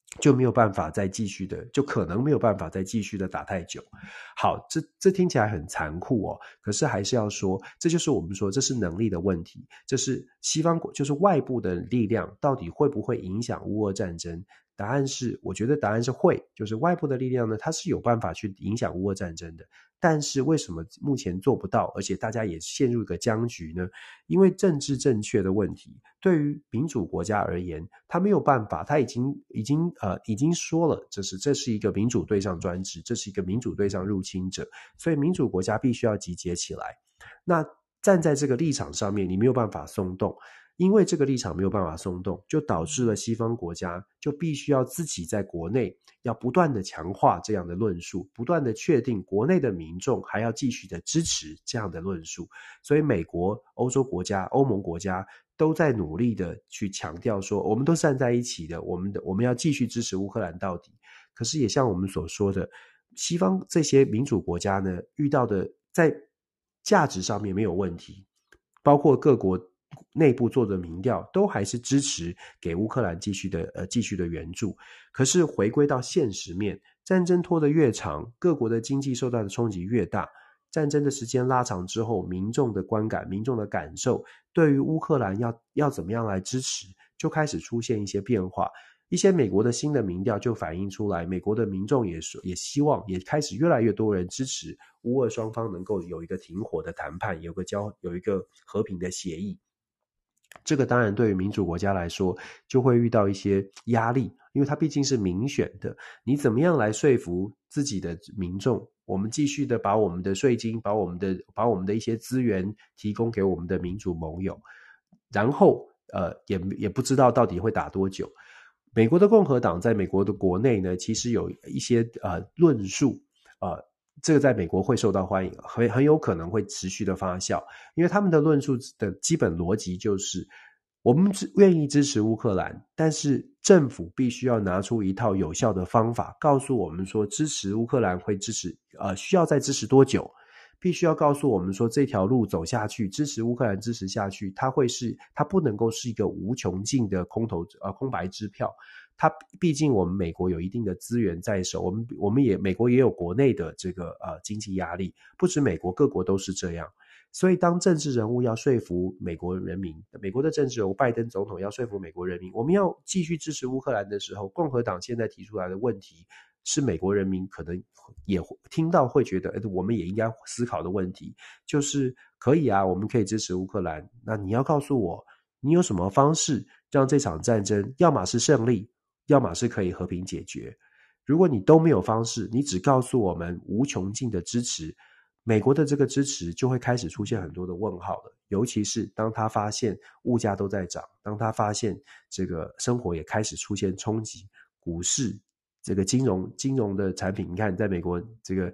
就没有办法再继续的，就可能没有办法再继续的打太久。好，这听起来很残酷哦，可是还是要说，这就是我们说这是能力的问题，这是西方国，就是外部的力量到底会不会影响乌俄战争？答案是，我觉得答案是会，就是外部的力量呢，它是有办法去影响乌俄战争的。但是为什么目前做不到，而且大家也陷入一个僵局呢？因为政治正确的问题，对于民主国家而言，他没有办法，他已经说了，这是一个民主对上专制，这是一个民主对上入侵者，所以民主国家必须要集结起来。那站在这个立场上面，你没有办法松动。因为这个立场没有办法松动，就导致了西方国家就必须要自己在国内要不断的强化这样的论述，不断的确定国内的民众还要继续的支持这样的论述。所以美国、欧洲国家、欧盟国家都在努力的去强调说，我们都站在一起的，我们要继续支持乌克兰到底。可是也像我们所说的，西方这些民主国家呢，遇到的在价值上面没有问题，包括各国内部做的民调都还是支持给乌克兰继续的援助。可是回归到现实面，战争拖得越长，各国的经济受到的冲击越大，战争的时间拉长之后，民众的观感、民众的感受，对于乌克兰要怎么样来支持，就开始出现一些变化。一些美国的新的民调就反映出来，美国的民众也希望，也开始越来越多人支持乌俄双方能够有一个停火的谈判，有一个和平的协议。这个当然对于民主国家来说就会遇到一些压力，因为它毕竟是民选的，你怎么样来说服自己的民众，我们继续的把我们的税金，把我们的一些资源提供给我们的民主盟友，然后也不知道到底会打多久。美国的共和党在美国的国内呢，其实有一些论述，这个在美国会受到欢迎，很有可能会持续的发酵，因为他们的论述的基本逻辑就是，我们愿意支持乌克兰，但是政府必须要拿出一套有效的方法，告诉我们说支持乌克兰会需要再支持多久，必须要告诉我们说这条路走下去，支持乌克兰支持下去，它不能够是一个无穷尽的空白支票。它毕竟我们美国有一定的资源在手，美国也有国内的这个经济压力，不止美国，各国都是这样。所以当政治人物要说服美国人民，美国的政治人物拜登总统要说服美国人民，我们要继续支持乌克兰的时候，共和党现在提出来的问题是美国人民可能也听到会觉得我们也应该思考的问题，就是可以啊，我们可以支持乌克兰，那你要告诉我你有什么方式让这场战争要么是胜利，要么是可以和平解决。如果你都没有方式，你只告诉我们无穷尽的支持，美国的这个支持就会开始出现很多的问号了。尤其是当他发现物价都在涨，当他发现这个生活也开始出现冲击，股市这个金融的产品，你看在美国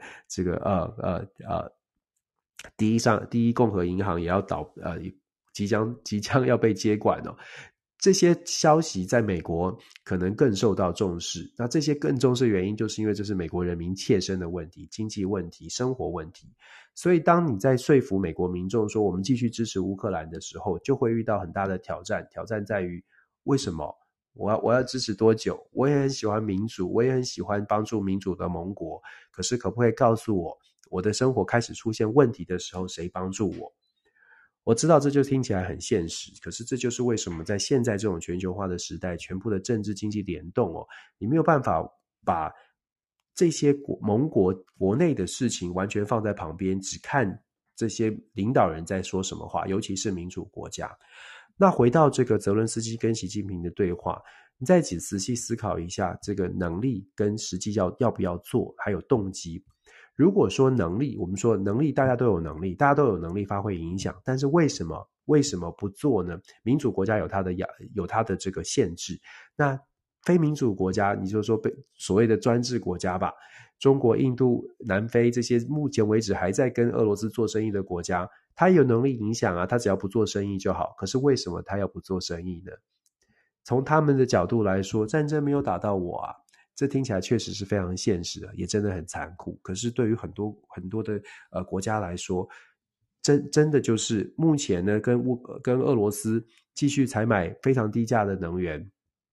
第一共和银行也要即将要被接管哦。这些消息在美国可能更受到重视，那这些更重视的原因就是因为这是美国人民切身的问题，经济问题，生活问题。所以当你在说服美国民众说我们继续支持乌克兰的时候，就会遇到很大的挑战在于为什么我要支持多久？我也很喜欢民主，我也很喜欢帮助民主的盟国，可是可不可以告诉我，我的生活开始出现问题的时候，谁帮助我？我知道这就听起来很现实，可是这就是为什么在现在这种全球化的时代，全部的政治经济联动你没有办法把这些盟国国内的事情完全放在旁边，只看这些领导人在说什么话，尤其是民主国家。那回到这个泽伦斯基跟习近平的对话，你再仔细思考一下这个能力跟实际要不要做，还有动机。如果说能力，我们说能力，大家都有能力，大家都有能力发挥影响，但是为什么不做呢？民主国家有它的这个限制，那非民主国家，你就说被所谓的专制国家吧，中国、印度、南非这些目前为止还在跟俄罗斯做生意的国家，他有能力影响啊，他只要不做生意就好。可是为什么他要不做生意呢？从他们的角度来说，战争没有打到我啊，这听起来确实是非常现实的，也真的很残酷。可是对于很多的国家来说，真的就是目前呢，跟俄罗斯继续采买非常低价的能源，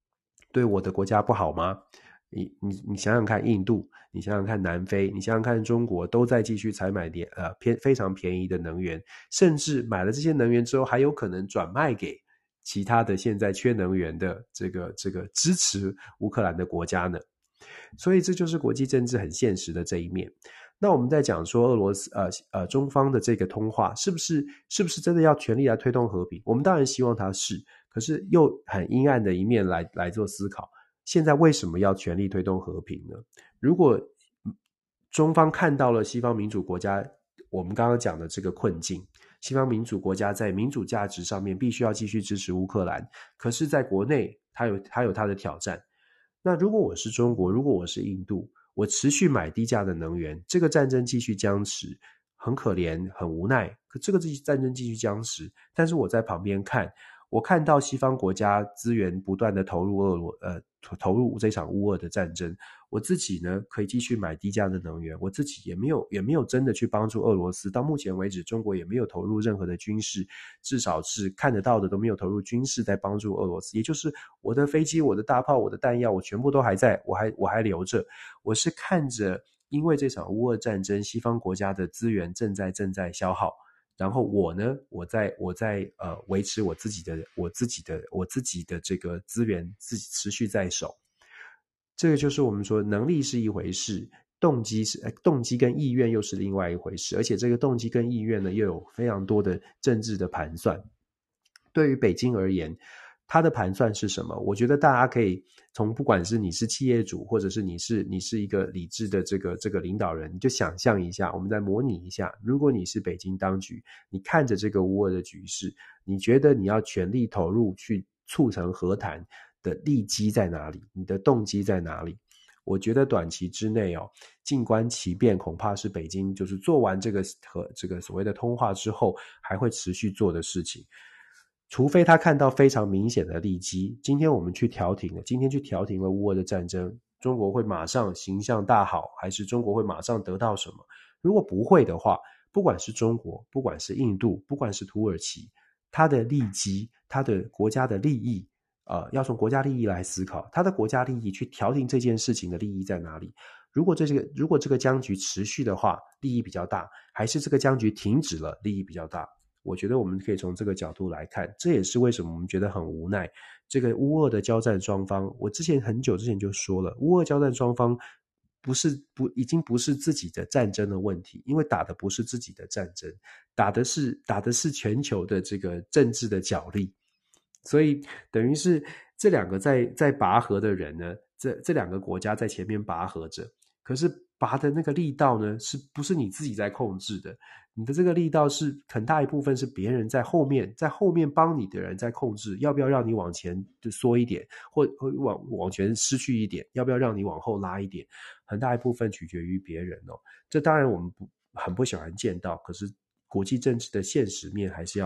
对我的国家不好吗？你想想看，印度，你想想看南非，你想想看中国，都在继续采买非常便宜的能源，甚至买了这些能源之后，还有可能转卖给其他的现在缺能源的这个支持乌克兰的国家呢。所以这就是国际政治很现实的这一面。那我们在讲说俄罗斯中方的这个通话是不是真的要全力来推动和平？我们当然希望它是，可是又很阴暗的一面来做思考。现在为什么要全力推动和平呢？如果中方看到了西方民主国家我们刚刚讲的这个困境，西方民主国家在民主价值上面必须要继续支持乌克兰，可是在国内它有它的挑战。那如果我是中国，如果我是印度，我持续买低价的能源，这个战争继续僵持，很可怜很无奈，可这个战争继续僵持，但是我在旁边看，我看到西方国家资源不断的投入这场乌俄的战争，我自己呢可以继续买低价的能源，我自己也没有真的去帮助俄罗斯。到目前为止，中国也没有投入任何的军事，至少是看得到的都没有投入军事在帮助俄罗斯。也就是我的飞机、我的大炮、我的弹药，我全部都还在，我还留着。我是看着因为这场乌俄战争，西方国家的资源正在消耗。然后我呢，我在维持我自己的这个资源自己持续在手。这个就是我们说能力是一回事，动机跟意愿又是另外一回事，而且这个动机跟意愿呢又有非常多的政治的盘算。对于北京而言，他的盘算是什么？我觉得大家可以从不管是你是企业主，或者是你是一个理智的这个领导人，你就想象一下，我们再模拟一下，如果你是北京当局，你看着这个乌俄的局势，你觉得你要全力投入去促成和谈的利基在哪里？你的动机在哪里？我觉得短期之内静观其变，恐怕是北京就是做完这个所谓的通话之后还会持续做的事情。除非他看到非常明显的利基，今天去调停了乌俄的战争，中国会马上形象大好，还是中国会马上得到什么？如果不会的话，不管是中国，不管是印度，不管是土耳其，他的利基，他的国家的利益要从国家利益来思考，他的国家利益去调停这件事情的利益在哪里？如果这个僵局持续的话，利益比较大，还是这个僵局停止了，利益比较大？我觉得我们可以从这个角度来看，这也是为什么我们觉得很无奈。这个乌俄的交战双方，我很久之前就说了，乌俄交战双方已经不是自己的战争的问题，因为打的不是自己的战争，打的是全球的这个政治的角力。所以等于是这两个在拔河的人呢，这两个国家在前面拔河着，可是拔的那个力道呢，是不是你自己在控制的？你的这个力道是很大一部分是别人在后面帮你的人在控制，要不要让你往前缩一点，或往前失去一点，要不要让你往后拉一点，很大一部分取决于别人这当然我们很不喜欢见到，可是国际政治的现实面还是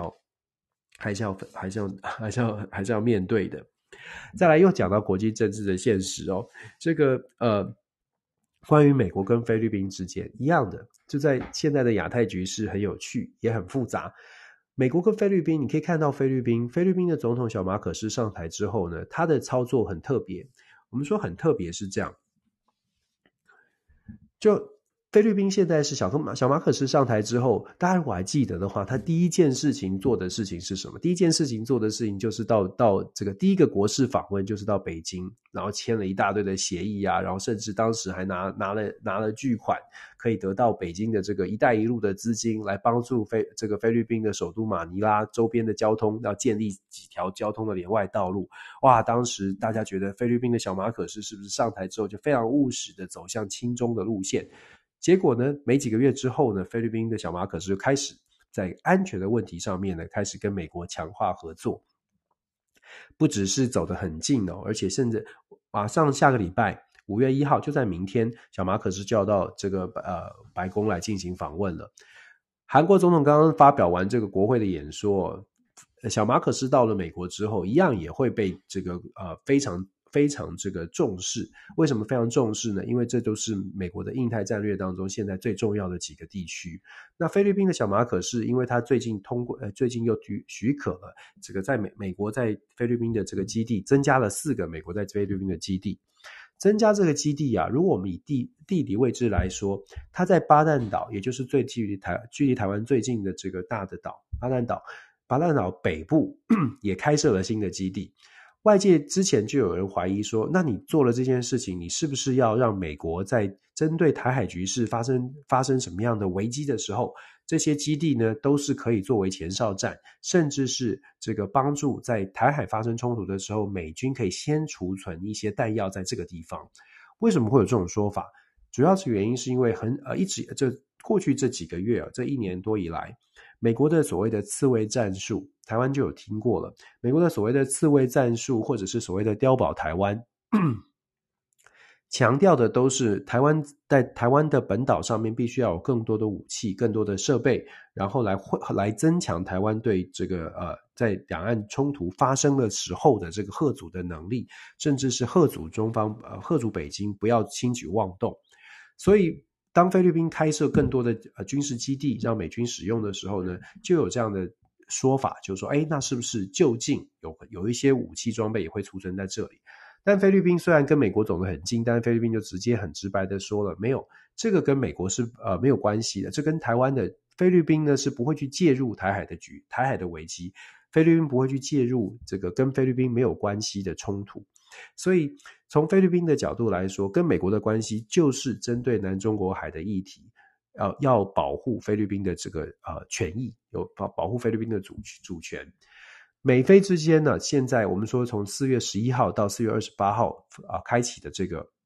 要面对的。再来又讲到国际政治的现实这个关于美国跟菲律宾之间一样的，就在现在的亚太局势很有趣也很复杂。美国跟菲律宾，你可以看到菲律宾的总统小马可斯上台之后呢，他的操作很特别。我们说很特别是这样，就菲律宾现在是小马可斯上台之后，大家如果还记得的话，他第一件事情做的事情是什么？第一件事情做的事情就是到这个第一个国事访问，就是到北京，然后签了一大堆的协议啊，然后甚至当时还拿了巨款，可以得到北京的这个一带一路的资金，来帮助菲律宾的首都马尼拉周边的交通，要建立几条交通的连外道路。哇，当时大家觉得菲律宾的小马可斯是不是上台之后就非常务实的走向亲中的路线？结果呢，没几个月之后呢，菲律宾的小马可斯就开始在安全的问题上面呢，开始跟美国强化合作，不只是走得很近而且甚至马上下个礼拜5月1号就在明天，小马可斯就要到这个白宫来进行访问了。韩国总统刚刚发表完这个国会的演说，小马可斯到了美国之后，一样也会被这个非常非常这个重视。为什么非常重视呢？因为这都是美国的印太战略当中现在最重要的几个地区。那菲律宾的小马可仕，因为它最近最近又许可了这个在美国在菲律宾的这个基地，增加了4个美国在菲律宾的基地。增加这个基地啊，如果我们以地理位置来说，它在巴旦岛，也就是距离台湾最近的这个大的岛巴旦岛北部也开设了新的基地。外界之前就有人怀疑说，那你做了这件事情，你是不是要让美国在针对台海局势发生什么样的危机的时候，这些基地呢都是可以作为前哨站，甚至是这个帮助在台海发生冲突的时候，美军可以先储存一些弹药在这个地方。为什么会有这种说法？主要是原因是因为过去这几个月这1年多以来，美国的所谓的刺猬战术，台湾就有听过了。美国的所谓的刺猬战术，或者是所谓的碉堡台湾，强调的都是在台湾的本岛上面必须要有更多的武器、更多的设备，然后来增强台湾对这个在两岸冲突发生的时候的这个嚇阻的能力，甚至是嚇阻嚇阻北京不要轻举妄动。所以当菲律宾开设更多的军事基地让美军使用的时候呢，就有这样的说法，就是说那是不是就近有一些武器装备也会储存在这里。但菲律宾虽然跟美国走得很近，但菲律宾就直接很直白的说了，没有，这个跟美国是没有关系的，这跟台湾的菲律宾呢是不会去介入台海的危机，菲律宾不会去介入这个跟菲律宾没有关系的冲突。所以从菲律宾的角度来说，跟美国的关系就是针对南中国海的议题，要保护菲律宾的这个权益，保护菲律宾的主权。美菲之间呢，现在我们说从4月11号到4月28号开启的这个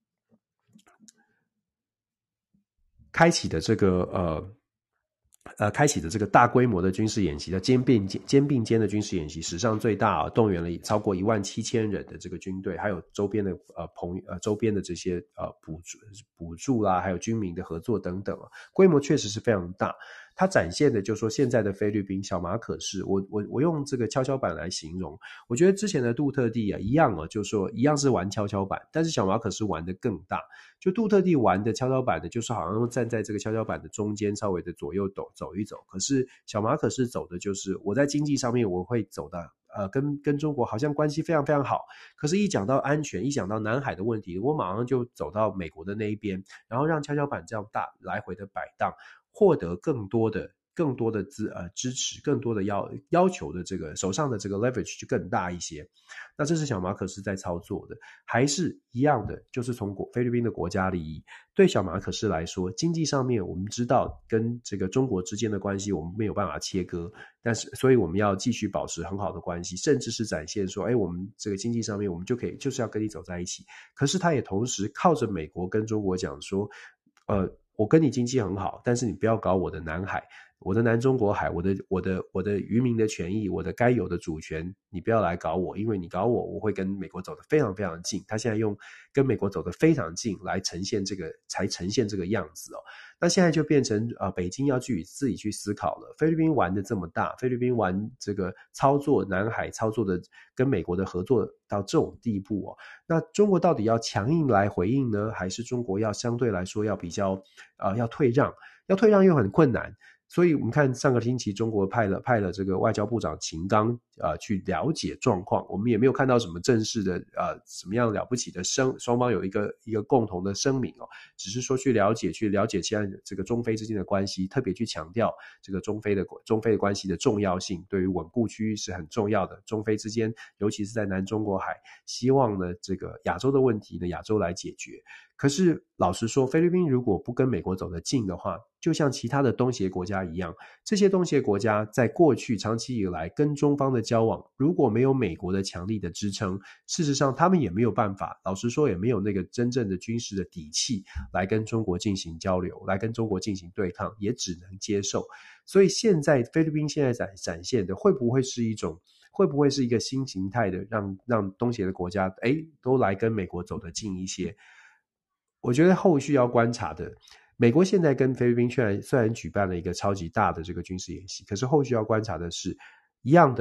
大规模的军事演习的肩并肩的军事演习，史上最大动员了超过17000人的这个军队，还有周边的周边的这些补助啦，还有军民的合作等等规模确实是非常大。它展现的就是说现在的菲律宾小马可仕，我用这个跷跷板来形容，我觉得之前的杜特地一样就是说一样是玩跷跷板，但是小马可仕玩的更大。就杜特地玩的跷跷板的，就是好像站在这个跷跷板的中间，稍微的左右走一走。可是小马可仕走的就是我在经济上面我会走的跟中国好像关系非常非常好，可是一讲到安全，一讲到南海的问题，我马上就走到美国的那一边，然后让跷跷板这样来回的摆荡，获得更多的支持，更多的要求的这个手上的这个 leverage 就更大一些。那这是小马可仕在操作的，还是一样的，就是从菲律宾的国家利益。对小马可仕来说，经济上面我们知道跟这个中国之间的关系我们没有办法切割，但是所以我们要继续保持很好的关系，甚至是展现说我们这个经济上面我们就是要跟你走在一起。可是他也同时靠着美国跟中国讲说我跟你经济很好，但是你不要搞我的南海，我的南中国海，我的渔民的权益，我的该有的主权，你不要来搞我，因为你搞我会跟美国走得非常非常近。他现在用跟美国走得非常近来呈现这个样子那现在就变成北京要自己去思考了。菲律宾玩的这么大，菲律宾玩这个操作南海操作的跟美国的合作到这种地步那中国到底要强硬来回应呢，还是中国要相对来说要比较要退让？要退让又很困难。所以我们看上个星期中国派了这个外交部长秦刚去了解状况，我们也没有看到什么正式的什么样了不起的双方有一个共同的声明只是说去了解现在这个中非之间的关系，特别去强调这个中非的关系的重要性，对于稳固区域是很重要的。中非之间，尤其是在南中国海，希望呢这个亚洲的问题呢亚洲来解决。可是老实说，菲律宾如果不跟美国走得近的话，就像其他的东协国家一样，这些东协国家在过去长期以来跟中方的交往，如果没有美国的强力的支撑，事实上他们也没有办法，老实说也没有那个真正的军事的底气来跟中国进行交流，来跟中国进行对抗，也只能接受。所以现在菲律宾现在展现的会不会是一个新形态的让东协的国家都来跟美国走得近一些？我觉得后续要观察的，美国现在跟菲律宾虽然举办了一个超级大的这个军事演习，可是后续要观察的是一样的，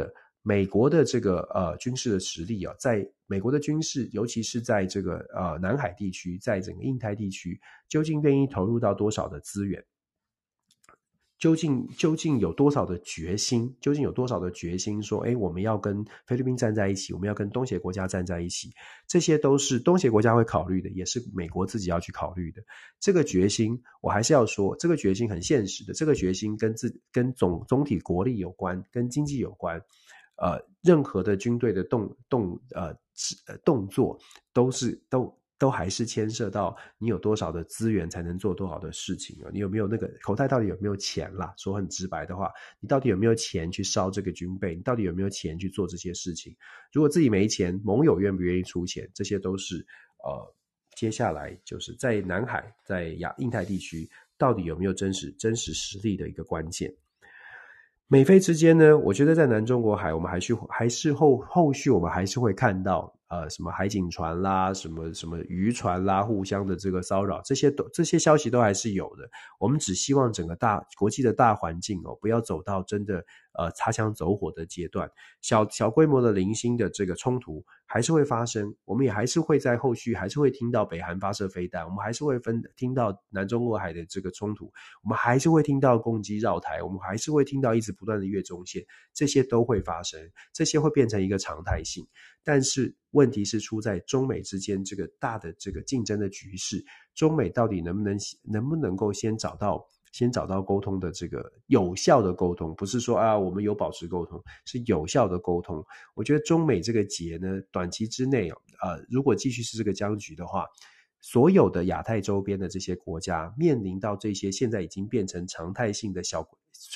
美国的这个军事的实力啊，在美国的军事，尤其是在这个南海地区，在整个印太地区，究竟愿意投入到多少的资源？究竟有多少的决心？究竟有多少的决心说，我们要跟菲律宾站在一起，我们要跟东协国家站在一起，这些都是东协国家会考虑的，也是美国自己要去考虑的。这个决心，我还是要说，这个决心很现实的，这个决心跟总体国力有关，跟经济有关。任何的军队的动作都还是牵涉到你有多少的资源才能做多少的事情啊？你有没有那个口袋到底有没有钱啦？说很直白的话，你到底有没有钱去烧这个军备？你到底有没有钱去做这些事情？如果自己没钱，盟友愿不愿意出钱？这些都是接下来就是在南海、在印太地区到底有没有真实实力的一个关键。美菲之间呢，我觉得在南中国海，我们后续我们还是会看到什么海警船啦，什么渔船啦，互相的这个骚扰，这些消息都还是有的。我们只希望整个国际的大环境不要走到真的擦枪走火的阶段，小规模的零星的这个冲突还是会发生，我们也还是会在后续还是会听到北韩发射飞弹，我们还是会听到南中国海的这个冲突，我们还是会听到攻击绕台，我们还是会听到一直不断的越中线，这些都会发生，这些会变成一个常态性。但是问题是出在中美之间这个大的这个竞争的局势，中美到底能不能够先找到沟通的这个有效的沟通，不是说我们有保持沟通，是有效的沟通。我觉得中美这个结呢，短期之内如果继续是这个僵局的话，所有的亚太周边的这些国家面临到这些现在已经变成常态性的小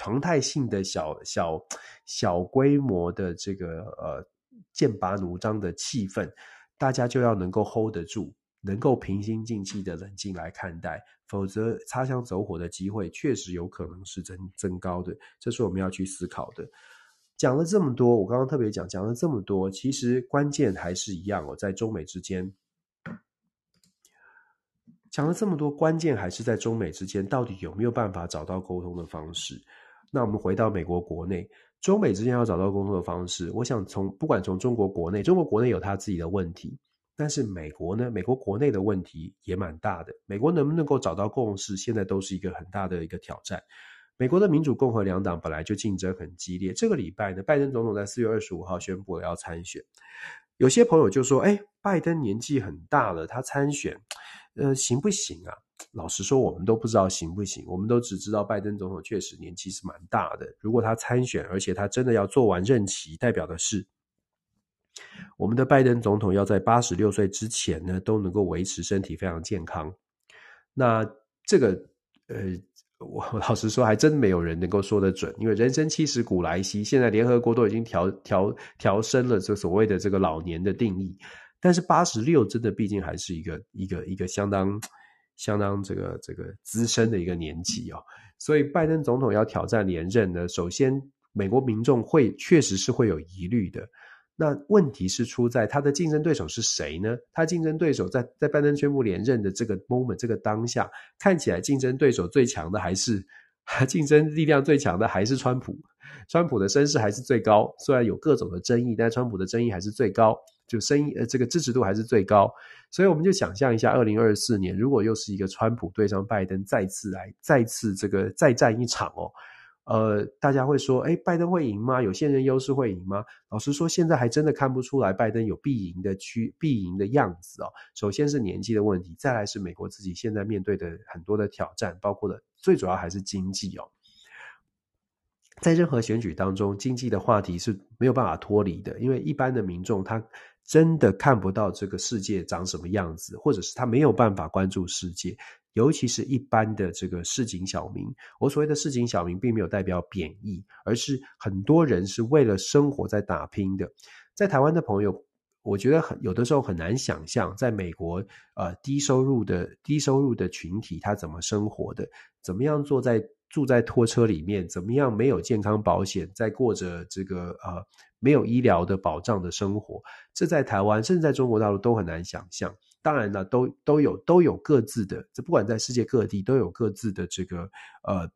规模的这个剑拔弩张的气氛，大家就要能够 hold 得住，能够平心静气的冷静来看待，否则擦枪走火的机会确实有可能是增高的，这是我们要去思考的。讲了这么多，我刚刚特别讲了这么多，其实关键还是一样在中美之间。讲了这么多，关键还是在中美之间到底有没有办法找到沟通的方式。那我们回到美国国内，中美之间要找到沟通的方式，我想不管从中国国内有它自己的问题，但是美国呢，美国国内的问题也蛮大的，美国能不能够找到共识，现在都是一个很大的一个挑战。美国的民主共和两党本来就竞争很激烈，这个礼拜呢，拜登总统在4月25号宣布了要参选。有些朋友就说拜登年纪很大了，他参选行不行啊？老实说我们都不知道行不行，我们都只知道拜登总统确实年纪是蛮大的，如果他参选，而且他真的要做完任期，代表的是我们的拜登总统要在86岁之前呢都能够维持身体非常健康。那这个我老实说还真没有人能够说得准，因为人生70古来稀，现在联合国都已经调升了这所谓的这个老年的定义，但是86真的毕竟还是一个相当这个资深的一个年纪所以拜登总统要挑战连任呢，首先美国民众确实是会有疑虑的。那问题是出在他的竞争对手是谁呢？他竞争对手在拜登宣布连任的这个 moment 这个当下，看起来竞争对手最强的竞争力量最强的还是川普。川普的声势还是最高，虽然有各种的争议，但川普的争议还是最高，就这个支持度还是最高。所以我们就想象一下2024年如果又是一个川普对上拜登再战一场大家会说拜登会赢吗？有现任优势会赢吗？老实说现在还真的看不出来拜登有必赢的样子首先是年纪的问题，再来是美国自己现在面对的很多的挑战，包括了最主要还是经济在任何选举当中，经济的话题是没有办法脱离的，因为一般的民众他真的看不到这个世界长什么样子，或者是他没有办法关注世界，尤其是一般的这个市井小民。我所谓的市井小民并没有代表贬义，而是很多人是为了生活在打拼的。在台湾的朋友，我觉得有的时候很难想象在美国低收入的群体他怎么生活的，怎么样住在拖车里面，怎么样没有健康保险，在过着这个没有医疗的保障的生活，这在台湾甚至在中国大陆都很难想象。当然了，都有各自的，这不管在世界各地都有各自的这个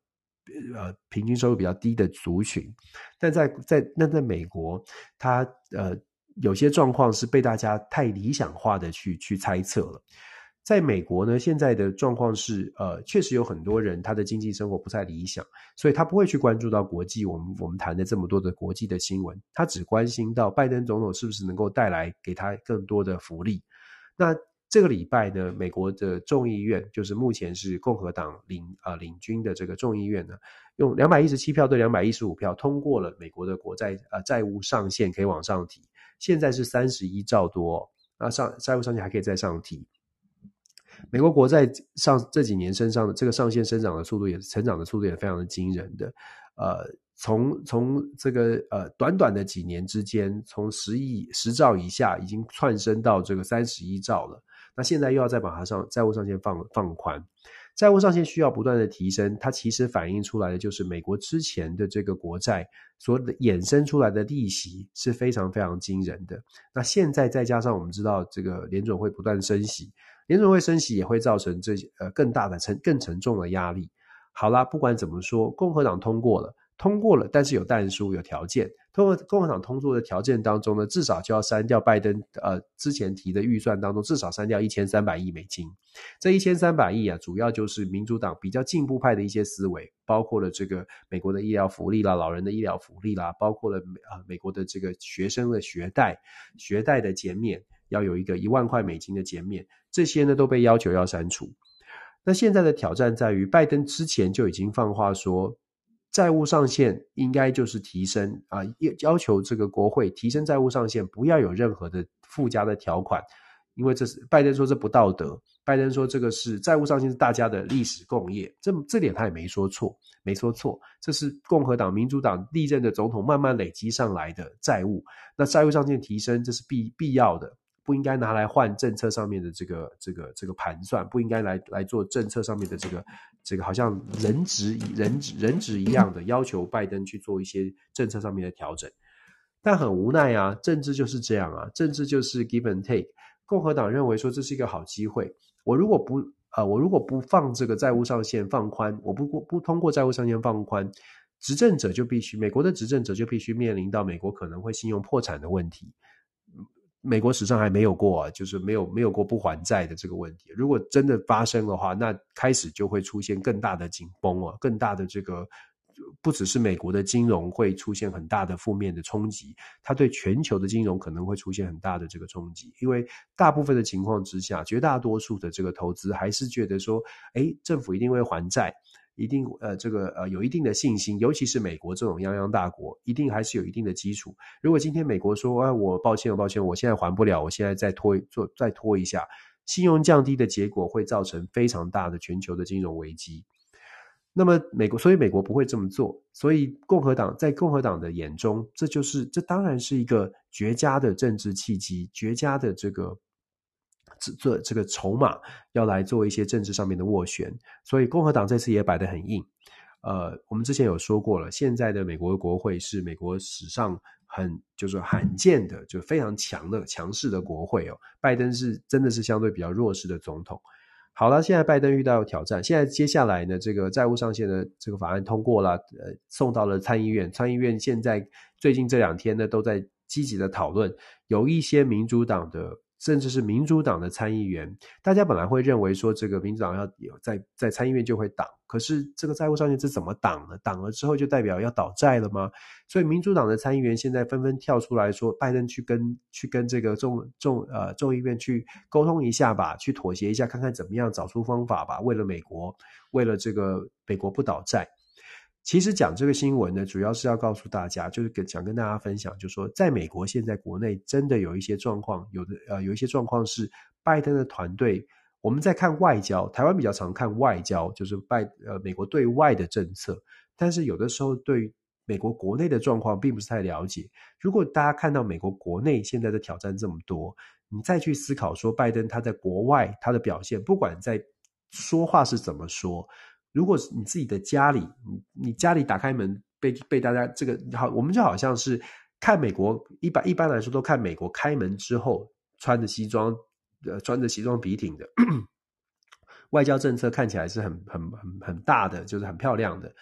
平均收入比较低的族群。但在美国，它有些状况是被大家太理想化的去猜测了。在美国呢，现在的状况是确实有很多人他的经济生活不太理想，所以他不会去关注到国际我们谈的这么多的国际的新闻，他只关心到拜登总统是不是能够带来给他更多的福利。那这个礼拜呢，美国的众议院就是目前是共和党领军的这个众议院呢，用217票对215票通过了美国的债务上限可以往上提，现在是31兆多那债务上限还可以再上提。美国国债这几年身上的这个上限成长的速度也非常的惊人的，从这个短短的几年之间，从10兆以下已经窜升到这个31兆了。那现在又要再把它债务上限放宽，债务上限需要不断的提升，它其实反映出来的就是美国之前的这个国债所衍生出来的利息是非常非常惊人的。那现在再加上我们知道这个联准会不断升息，联准会升息也会造成更大的更沉重的压力。好啦，不管怎么说，共和党通过了，但是有但书有条件。共和党通过的条件当中呢，至少就要删掉拜登之前提的预算当中至少删掉1300亿美金。这1300亿啊，主要就是民主党比较进步派的一些思维，包括了这个美国的医疗福利啦，老人的医疗福利啦，包括了美国的这个学生的学贷的减免，要有一个1万块美金的减免，这些呢都被要求要删除。那现在的挑战在于，拜登之前就已经放话说，债务上限应该就是提升要求这个国会提升债务上限，不要有任何的附加的条款，因为拜登说这不道德，拜登说这个是债务上限是大家的历史共业，这点他也没说错，这是共和党民主党历任的总统慢慢累积上来的债务，那债务上限提升这是必要的，不应该拿来换政策上面的这个盘算，不应该来做政策上面的这个好像人质一样的要求拜登去做一些政策上面的调整。但很无奈啊，政治就是这样啊，政治就是 give and take。共和党认为说这是一个好机会，我如果不放这个债务上限放宽，我不通过债务上限放宽，美国的执政者就必须面临到美国可能会信用破产的问题。美国史上还没有过就是没有过不还债的这个问题。如果真的发生的话，那开始就会出现更大的紧绷更大的这个，不只是美国的金融会出现很大的负面的冲击，它对全球的金融可能会出现很大的这个冲击。因为大部分的情况之下，绝大多数的这个投资还是觉得说，政府一定会还债，一定有一定的信心，尤其是美国这种泱泱大国，一定还是有一定的基础。如果今天美国说我抱歉，我现在还不了，我现在再拖一下，信用降低的结果会造成非常大的全球的金融危机。那么所以美国不会这么做，所以在共和党的眼中，这当然是一个绝佳的政治契机，绝佳的这个筹码，要来做一些政治上面的斡旋。所以共和党这次也摆得很硬。我们之前有说过了，现在的美国的国会是美国史上就是罕见的，就非常强势的国会拜登真的是相对比较弱势的总统。好了，现在拜登遇到挑战，现在接下来呢，这个债务上限的这个法案通过了，送到了参议院现在最近这2天呢都在积极的讨论，有一些民主党的甚至是民主党的参议员，大家本来会认为说这个民主党要在参议院就会挡，可是这个债务上限这怎么挡呢？挡了之后就代表要倒债了吗？所以民主党的参议员现在纷纷跳出来说，拜登去跟这个众议院去沟通一下吧，去妥协一下，看看怎么样找出方法吧，为了美国，为了这个美国不倒债。其实讲这个新闻呢，主要是要告诉大家，就是想跟大家分享，就是说在美国现在国内真的有一些状况，有一些状况是拜登的团队，我们在看外交，台湾比较常看外交，就是美国对外的政策，但是有的时候对美国国内的状况并不是太了解。如果大家看到美国国内现在的挑战这么多，你再去思考说拜登他在国外他的表现，不管在说话是怎么说，如果你自己的家里，你家里打开门被大家我们就好像是看美国一般来说都看美国开门之后穿着西装笔挺的外交政策看起来是很大的，就是很漂亮的。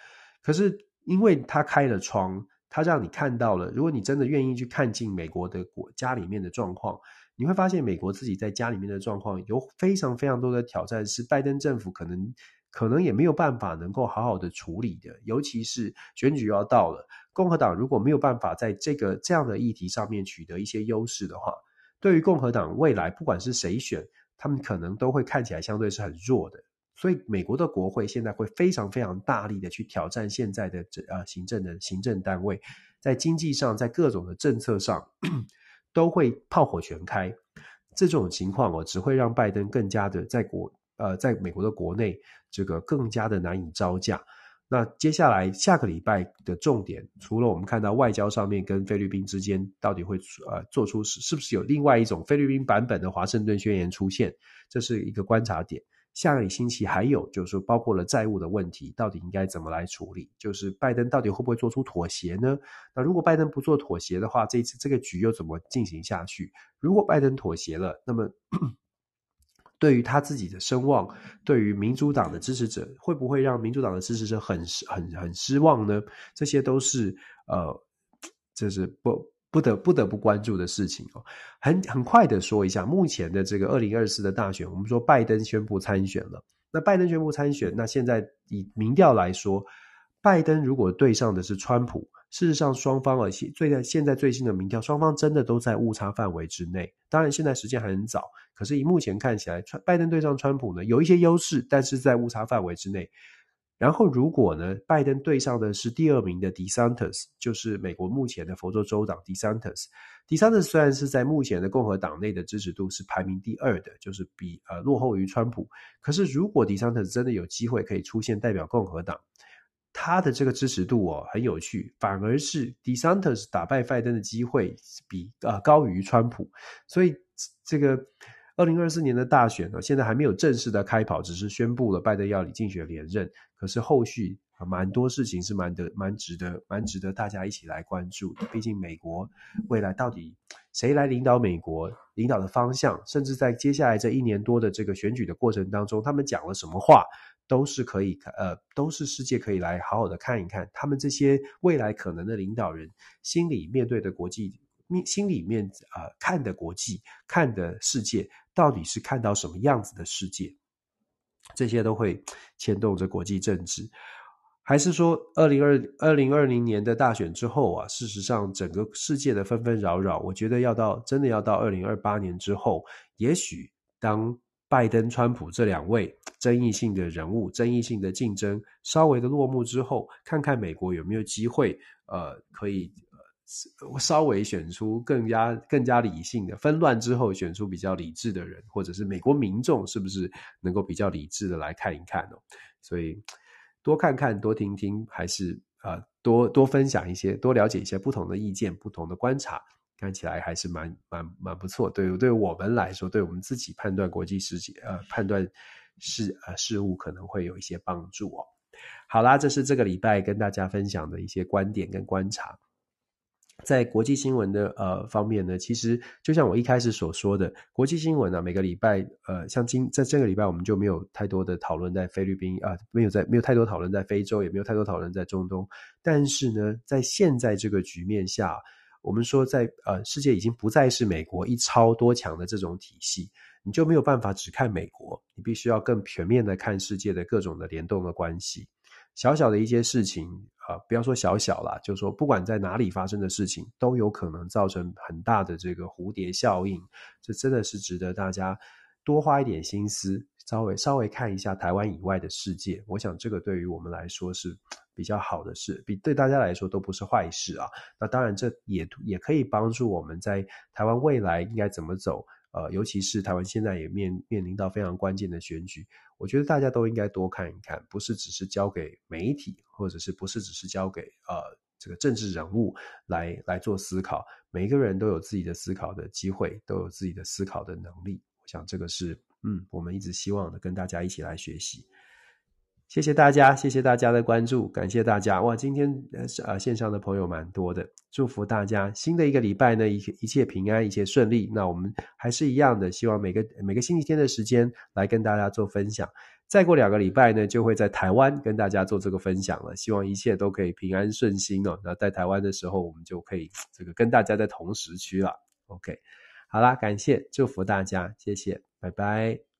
可是因为他开了窗，他让你看到了，如果你真的愿意去看进美国的家里面的状况，你会发现美国自己在家里面的状况有非常非常多的挑战，是拜登政府可能也没有办法能够好好的处理的，尤其是选举要到了，共和党如果没有办法在这样的议题上面取得一些优势的话，对于共和党未来不管是谁选，他们可能都会看起来相对是很弱的。所以美国的国会现在会非常非常大力的去挑战现在的行政单位，在经济上，在各种的政策上都会炮火全开。这种情况只会让拜登更加的在美国的国内这个更加的难以招架。那接下来下个礼拜的重点，除了我们看到外交上面跟菲律宾之间到底会做出是不是有另外一种菲律宾版本的华盛顿宣言出现，这是一个观察点。下个星期还有就是说包括了债务的问题，到底应该怎么来处理，就是拜登到底会不会做出妥协呢？那如果拜登不做妥协的话，这一次这个局又怎么进行下去？如果拜登妥协了，那么对于他自己的声望，对于民主党的支持者，会不会让民主党的支持者很失望呢？这些都是这是不得不关注的事情。很快的说一下，目前的这个2024的大选，我们说拜登宣布参选了。那拜登宣布参选，那现在以民调来说，拜登如果对上的是川普，事实上双方现在最新的民调，双方真的都在误差范围之内。当然现在时间还很早，可是以目前看起来，拜登对上川普呢有一些优势，但是在误差范围之内。然后如果呢拜登对上的是第2名的 DeSantis， 就是美国目前的佛州州长 DeSantis 虽然是在目前的共和党内的支持度是排名第2的，就是比落后于川普，可是如果 DeSantis 真的有机会可以出现代表共和党，他的这个支持度很有趣，反而是 DeSantis 打败拜登的机会比高于川普。所以这个2024年的大选现在还没有正式的开跑，只是宣布了拜登要竞选连任，可是后续蛮多事情是蛮值得大家一起来关注的。毕竟美国未来到底谁来领导美国，领导的方向，甚至在接下来这1年多的这个选举的过程当中，他们讲了什么话，都是世界可以来好好的看一看，他们这些未来可能的领导人心里面对的国际，心里面看的国际，看的世界到底是看到什么样子的世界，这些都会牵动着国际政治。还是说2020年的大选之后事实上整个世界的纷纷扰扰，我觉得真的要到2028年之后，也许当拜登川普这2位争议性的人物，争议性的竞争稍微的落幕之后，看看美国有没有机会可以稍微选出更加理性的，纷乱之后选出比较理智的人，或者是美国民众是不是能够比较理智的来看一看所以多看看多听听，还是多分享一些，多了解一些不同的意见，不同的观察，看起来还是蛮不错。对我们来说，对我们自己判断国际事情判断事物可能会有一些帮助好啦，这是这个礼拜跟大家分享的一些观点跟观察。在国际新闻的方面呢，其实就像我一开始所说的，国际新闻每个礼拜像在这个礼拜我们就没有太多的讨论在菲律宾没有太多讨论在非洲，也没有太多讨论在中东。但是呢，在现在这个局面下，我们说在世界已经不再是美国一超多强的这种体系，你就没有办法只看美国，你必须要更全面的看世界的各种的联动的关系。小小的一些事情不要说小啦，就是说不管在哪里发生的事情，都有可能造成很大的这个蝴蝶效应。这真的是值得大家多花一点心思，稍微看一下台湾以外的世界。我想这个对于我们来说是比较好的事，对大家来说都不是坏事那当然这也可以帮助我们在台湾未来应该怎么走尤其是台湾现在也面临到非常关键的选举，我觉得大家都应该多看一看，不是只是交给媒体，或者是不是只是交给这个政治人物来做思考，每一个人都有自己的思考的机会，都有自己的思考的能力。我想这个是我们一直希望的，跟大家一起来学习。谢谢大家，谢谢大家的关注，感谢大家。哇，今天线上的朋友蛮多的，祝福大家新的一个礼拜呢，一切平安，一切顺利。那我们还是一样的，希望每个星期天的时间来跟大家做分享。 再过2个礼拜呢，就会在台湾跟大家做这个分享了。希望一切都可以平安顺心哦。那在台湾的时候，我们就可以这个跟大家在同时区了。OK， 好啦，感谢，祝福大家，谢谢，拜拜。